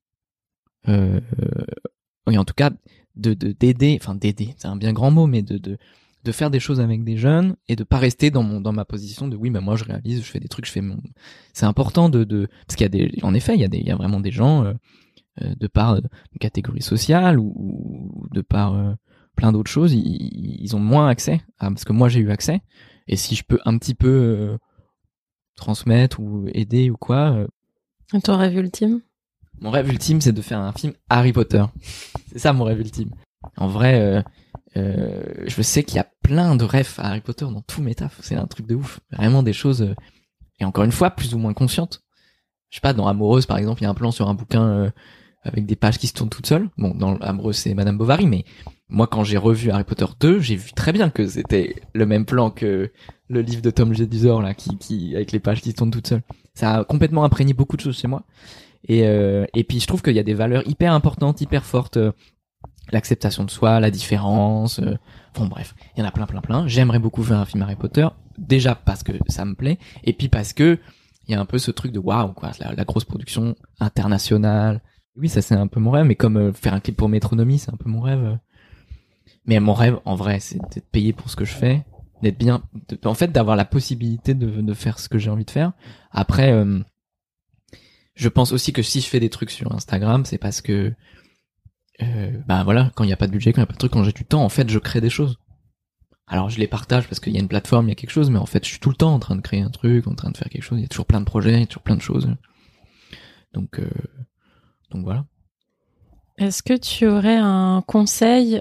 Speaker 3: et en tout cas d'aider, c'est un bien grand mot, mais de faire des choses avec des jeunes et de pas rester dans ma position de oui, mais moi je réalise, je fais des trucs, c'est important parce qu'il y a en effet, il y a vraiment des gens de par une catégorie sociale ou de par plein d'autres choses, ils ont moins accès parce que moi j'ai eu accès, et si je peux un petit peu transmettre ou aider ou quoi.
Speaker 2: Ton rêve ultime?
Speaker 3: Mon rêve ultime, c'est de faire un film Harry Potter. C'est ça mon rêve ultime. En vrai, je sais qu'il y a plein de rêves à Harry Potter dans tous mes tafs. C'est un truc de ouf. Vraiment des choses, et encore une fois, plus ou moins conscientes. Je sais pas, dans Amoureuse, par exemple, il y a un plan sur un bouquin avec des pages qui se tournent toutes seules. Bon, dans Amoureuse, c'est Madame Bovary, mais moi, quand j'ai revu Harry Potter 2, j'ai vu très bien que c'était le même plan que le livre de Tom Jedusor, là, qui avec les pages qui se tournent toutes seules. Ça a complètement imprégné beaucoup de choses chez moi. Et puis je trouve qu'il y a des valeurs hyper importantes, hyper fortes, l'acceptation de soi, la différence, bon bref, il y en a plein. J'aimerais beaucoup faire un film Harry Potter, déjà parce que ça me plaît, et puis parce que il y a un peu ce truc de waouh quoi, la grosse production internationale. Oui, ça c'est un peu mon rêve, mais comme faire un clip pour Métronomie, c'est un peu mon rêve. Mais mon rêve en vrai, c'est d'être payé pour ce que je fais, d'être bien, en fait d'avoir la possibilité de faire ce que j'ai envie de faire. Après je pense aussi que si je fais des trucs sur Instagram, c'est parce que voilà, quand il y a pas de budget, quand il y a pas de truc, quand j'ai du temps, en fait, je crée des choses. Alors je les partage parce qu'il y a une plateforme, il y a quelque chose, mais en fait, je suis tout le temps en train de créer un truc, en train de faire quelque chose. Il y a toujours plein de projets, il y a toujours plein de choses. Donc voilà.
Speaker 2: Est-ce que tu aurais un conseil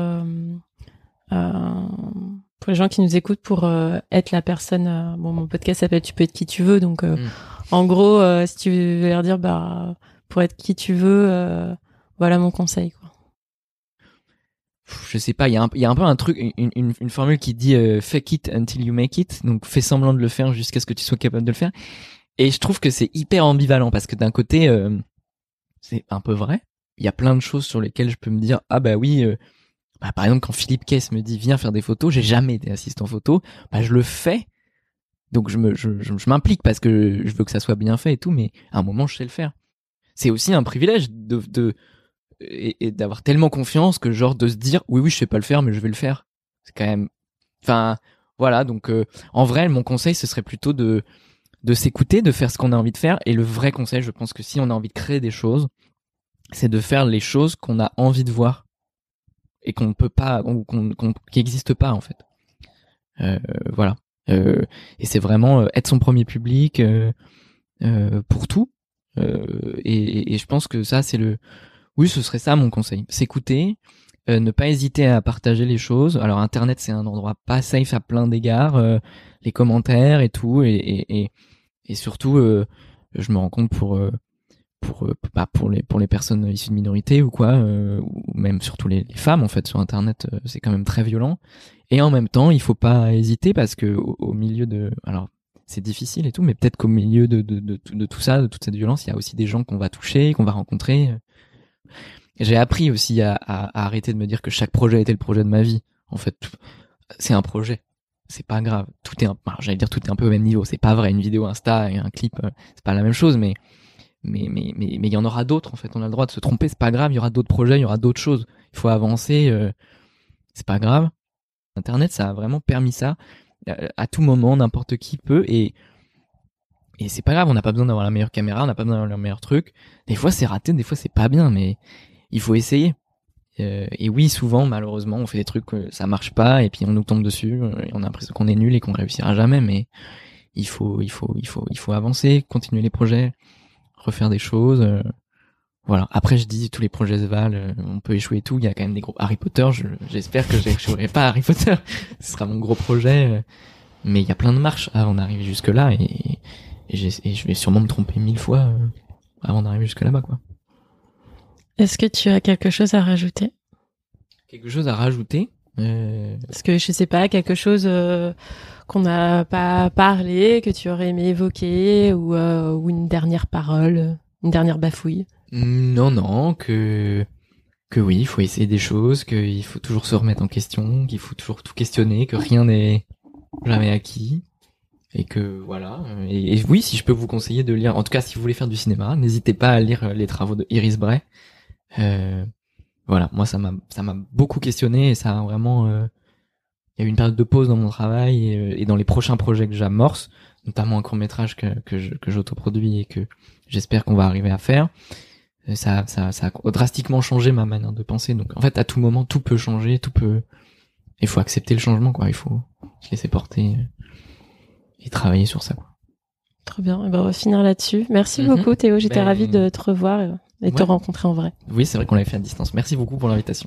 Speaker 2: pour les gens qui nous écoutent pour être la personne bon, mon podcast s'appelle Tu peux être qui tu veux, donc en gros, si tu veux leur dire pour être qui tu veux, voilà mon conseil quoi.
Speaker 3: Je sais pas, il y a un peu un truc, une formule qui dit fake it until you make it, donc fais semblant de le faire jusqu'à ce que tu sois capable de le faire. Et je trouve que c'est hyper ambivalent parce que d'un côté c'est un peu vrai. Il y a plein de choses sur lesquelles je peux me dire ah bah oui, par exemple quand Philippe Kess me dit viens faire des photos, j'ai jamais été assistant photo, je le fais. Donc je m'implique parce que je veux que ça soit bien fait et tout, mais à un moment je sais le faire. C'est aussi un privilège et d'avoir tellement confiance que genre de se dire oui je sais pas le faire mais je vais le faire. C'est quand même, enfin voilà, donc en vrai mon conseil ce serait plutôt de s'écouter, de faire ce qu'on a envie de faire, et le vrai conseil, je pense que si on a envie de créer des choses, c'est de faire les choses qu'on a envie de voir et qu'on ne peut pas ou qui n'existent pas en fait. Voilà. Et c'est vraiment être son premier public pour tout. Et je pense que ça c'est oui, ce serait ça mon conseil. S'écouter, ne pas hésiter à partager les choses. Alors Internet c'est un endroit pas safe à plein d'égards, les commentaires et tout, et surtout je me rends compte pour les personnes issues de minorités ou quoi, ou même surtout les femmes en fait sur Internet, c'est quand même très violent. Et en même temps, il faut pas hésiter parce que au milieu alors c'est difficile et tout, mais peut-être qu'au milieu de tout ça, de toute cette violence, il y a aussi des gens qu'on va toucher, qu'on va rencontrer. J'ai appris aussi à arrêter de me dire que chaque projet était le projet de ma vie. En fait, c'est un projet. C'est pas grave. J'allais dire tout est un peu au même niveau. C'est pas vrai. Une vidéo Insta et un clip, c'est pas la même chose, mais il y en aura d'autres, en fait. On a le droit de se tromper. C'est pas grave. Il y aura d'autres projets, il y aura d'autres choses. Il faut avancer. C'est pas grave. Internet, ça a vraiment permis ça. À tout moment, n'importe qui peut, et c'est pas grave. On n'a pas besoin d'avoir la meilleure caméra, on n'a pas besoin d'avoir le meilleur truc. Des fois, c'est raté, des fois, c'est pas bien, mais il faut essayer. Et oui, souvent, malheureusement, on fait des trucs, ça marche pas, et puis on nous tombe dessus, et on a l'impression qu'on est nul et qu'on réussira jamais, mais il faut avancer, continuer les projets, refaire des choses. Voilà. Après, je dis, tous les projets se valent, on peut échouer et tout. Il y a quand même des gros Harry Potter. J'espère que j'échouerai pas à Harry Potter. Ce sera mon gros projet. Mais il y a plein de marches avant d'arriver jusque là, et je vais sûrement me tromper 1000 fois avant d'arriver jusque là-bas, quoi.
Speaker 2: Est-ce que tu as quelque chose à rajouter?
Speaker 3: Quelque chose à rajouter?
Speaker 2: Est-ce que, je sais pas, quelque chose qu'on n'a pas parlé, que tu aurais aimé évoquer, ou une dernière parole, une dernière bafouille?
Speaker 3: Non, que oui, il faut essayer des choses, qu'il faut toujours se remettre en question, qu'il faut toujours tout questionner, que rien n'est jamais acquis, et que voilà. Et oui, si je peux vous conseiller de lire, en tout cas si vous voulez faire du cinéma, n'hésitez pas à lire les travaux de Iris Bray. Voilà, moi ça m'a beaucoup questionné, et ça a vraiment il y a eu une période de pause dans mon travail, et dans les prochains projets que j'amorce, notamment un court-métrage que j'autoproduis et que j'espère qu'on va arriver à faire. Ça a drastiquement changé ma manière de penser. Donc en fait, à tout moment, tout peut changer, il faut accepter le changement, quoi. Il faut se laisser porter et travailler sur ça, quoi.
Speaker 2: Trop bien. Et ben, on va finir là-dessus. Merci beaucoup, Théo. J'étais ravie de te revoir et de te rencontrer en vrai.
Speaker 3: Oui, c'est vrai qu'on l'avait fait à distance. Merci beaucoup pour l'invitation.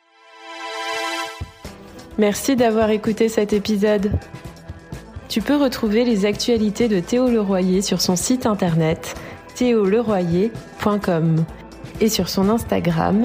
Speaker 2: Merci d'avoir écouté cet épisode. Tu peux retrouver les actualités de Théo Leroyer sur son site internet théoleroyer.com et sur son Instagram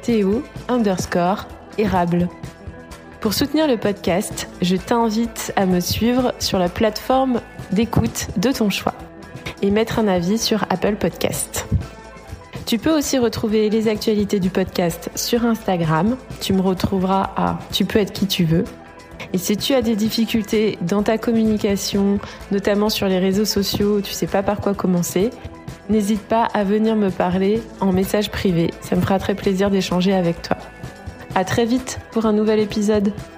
Speaker 2: Théo_érable. Pour soutenir le podcast, je t'invite à me suivre sur la plateforme d'écoute de ton choix et mettre un avis sur Apple Podcast. Tu peux aussi retrouver les actualités du podcast sur Instagram. Tu me retrouveras à Tu peux être qui tu veux. Et si tu as des difficultés dans ta communication, notamment sur les réseaux sociaux, tu sais pas par quoi commencer, n'hésite pas à venir me parler en message privé. Ça me fera très plaisir d'échanger avec toi. À très vite pour un nouvel épisode.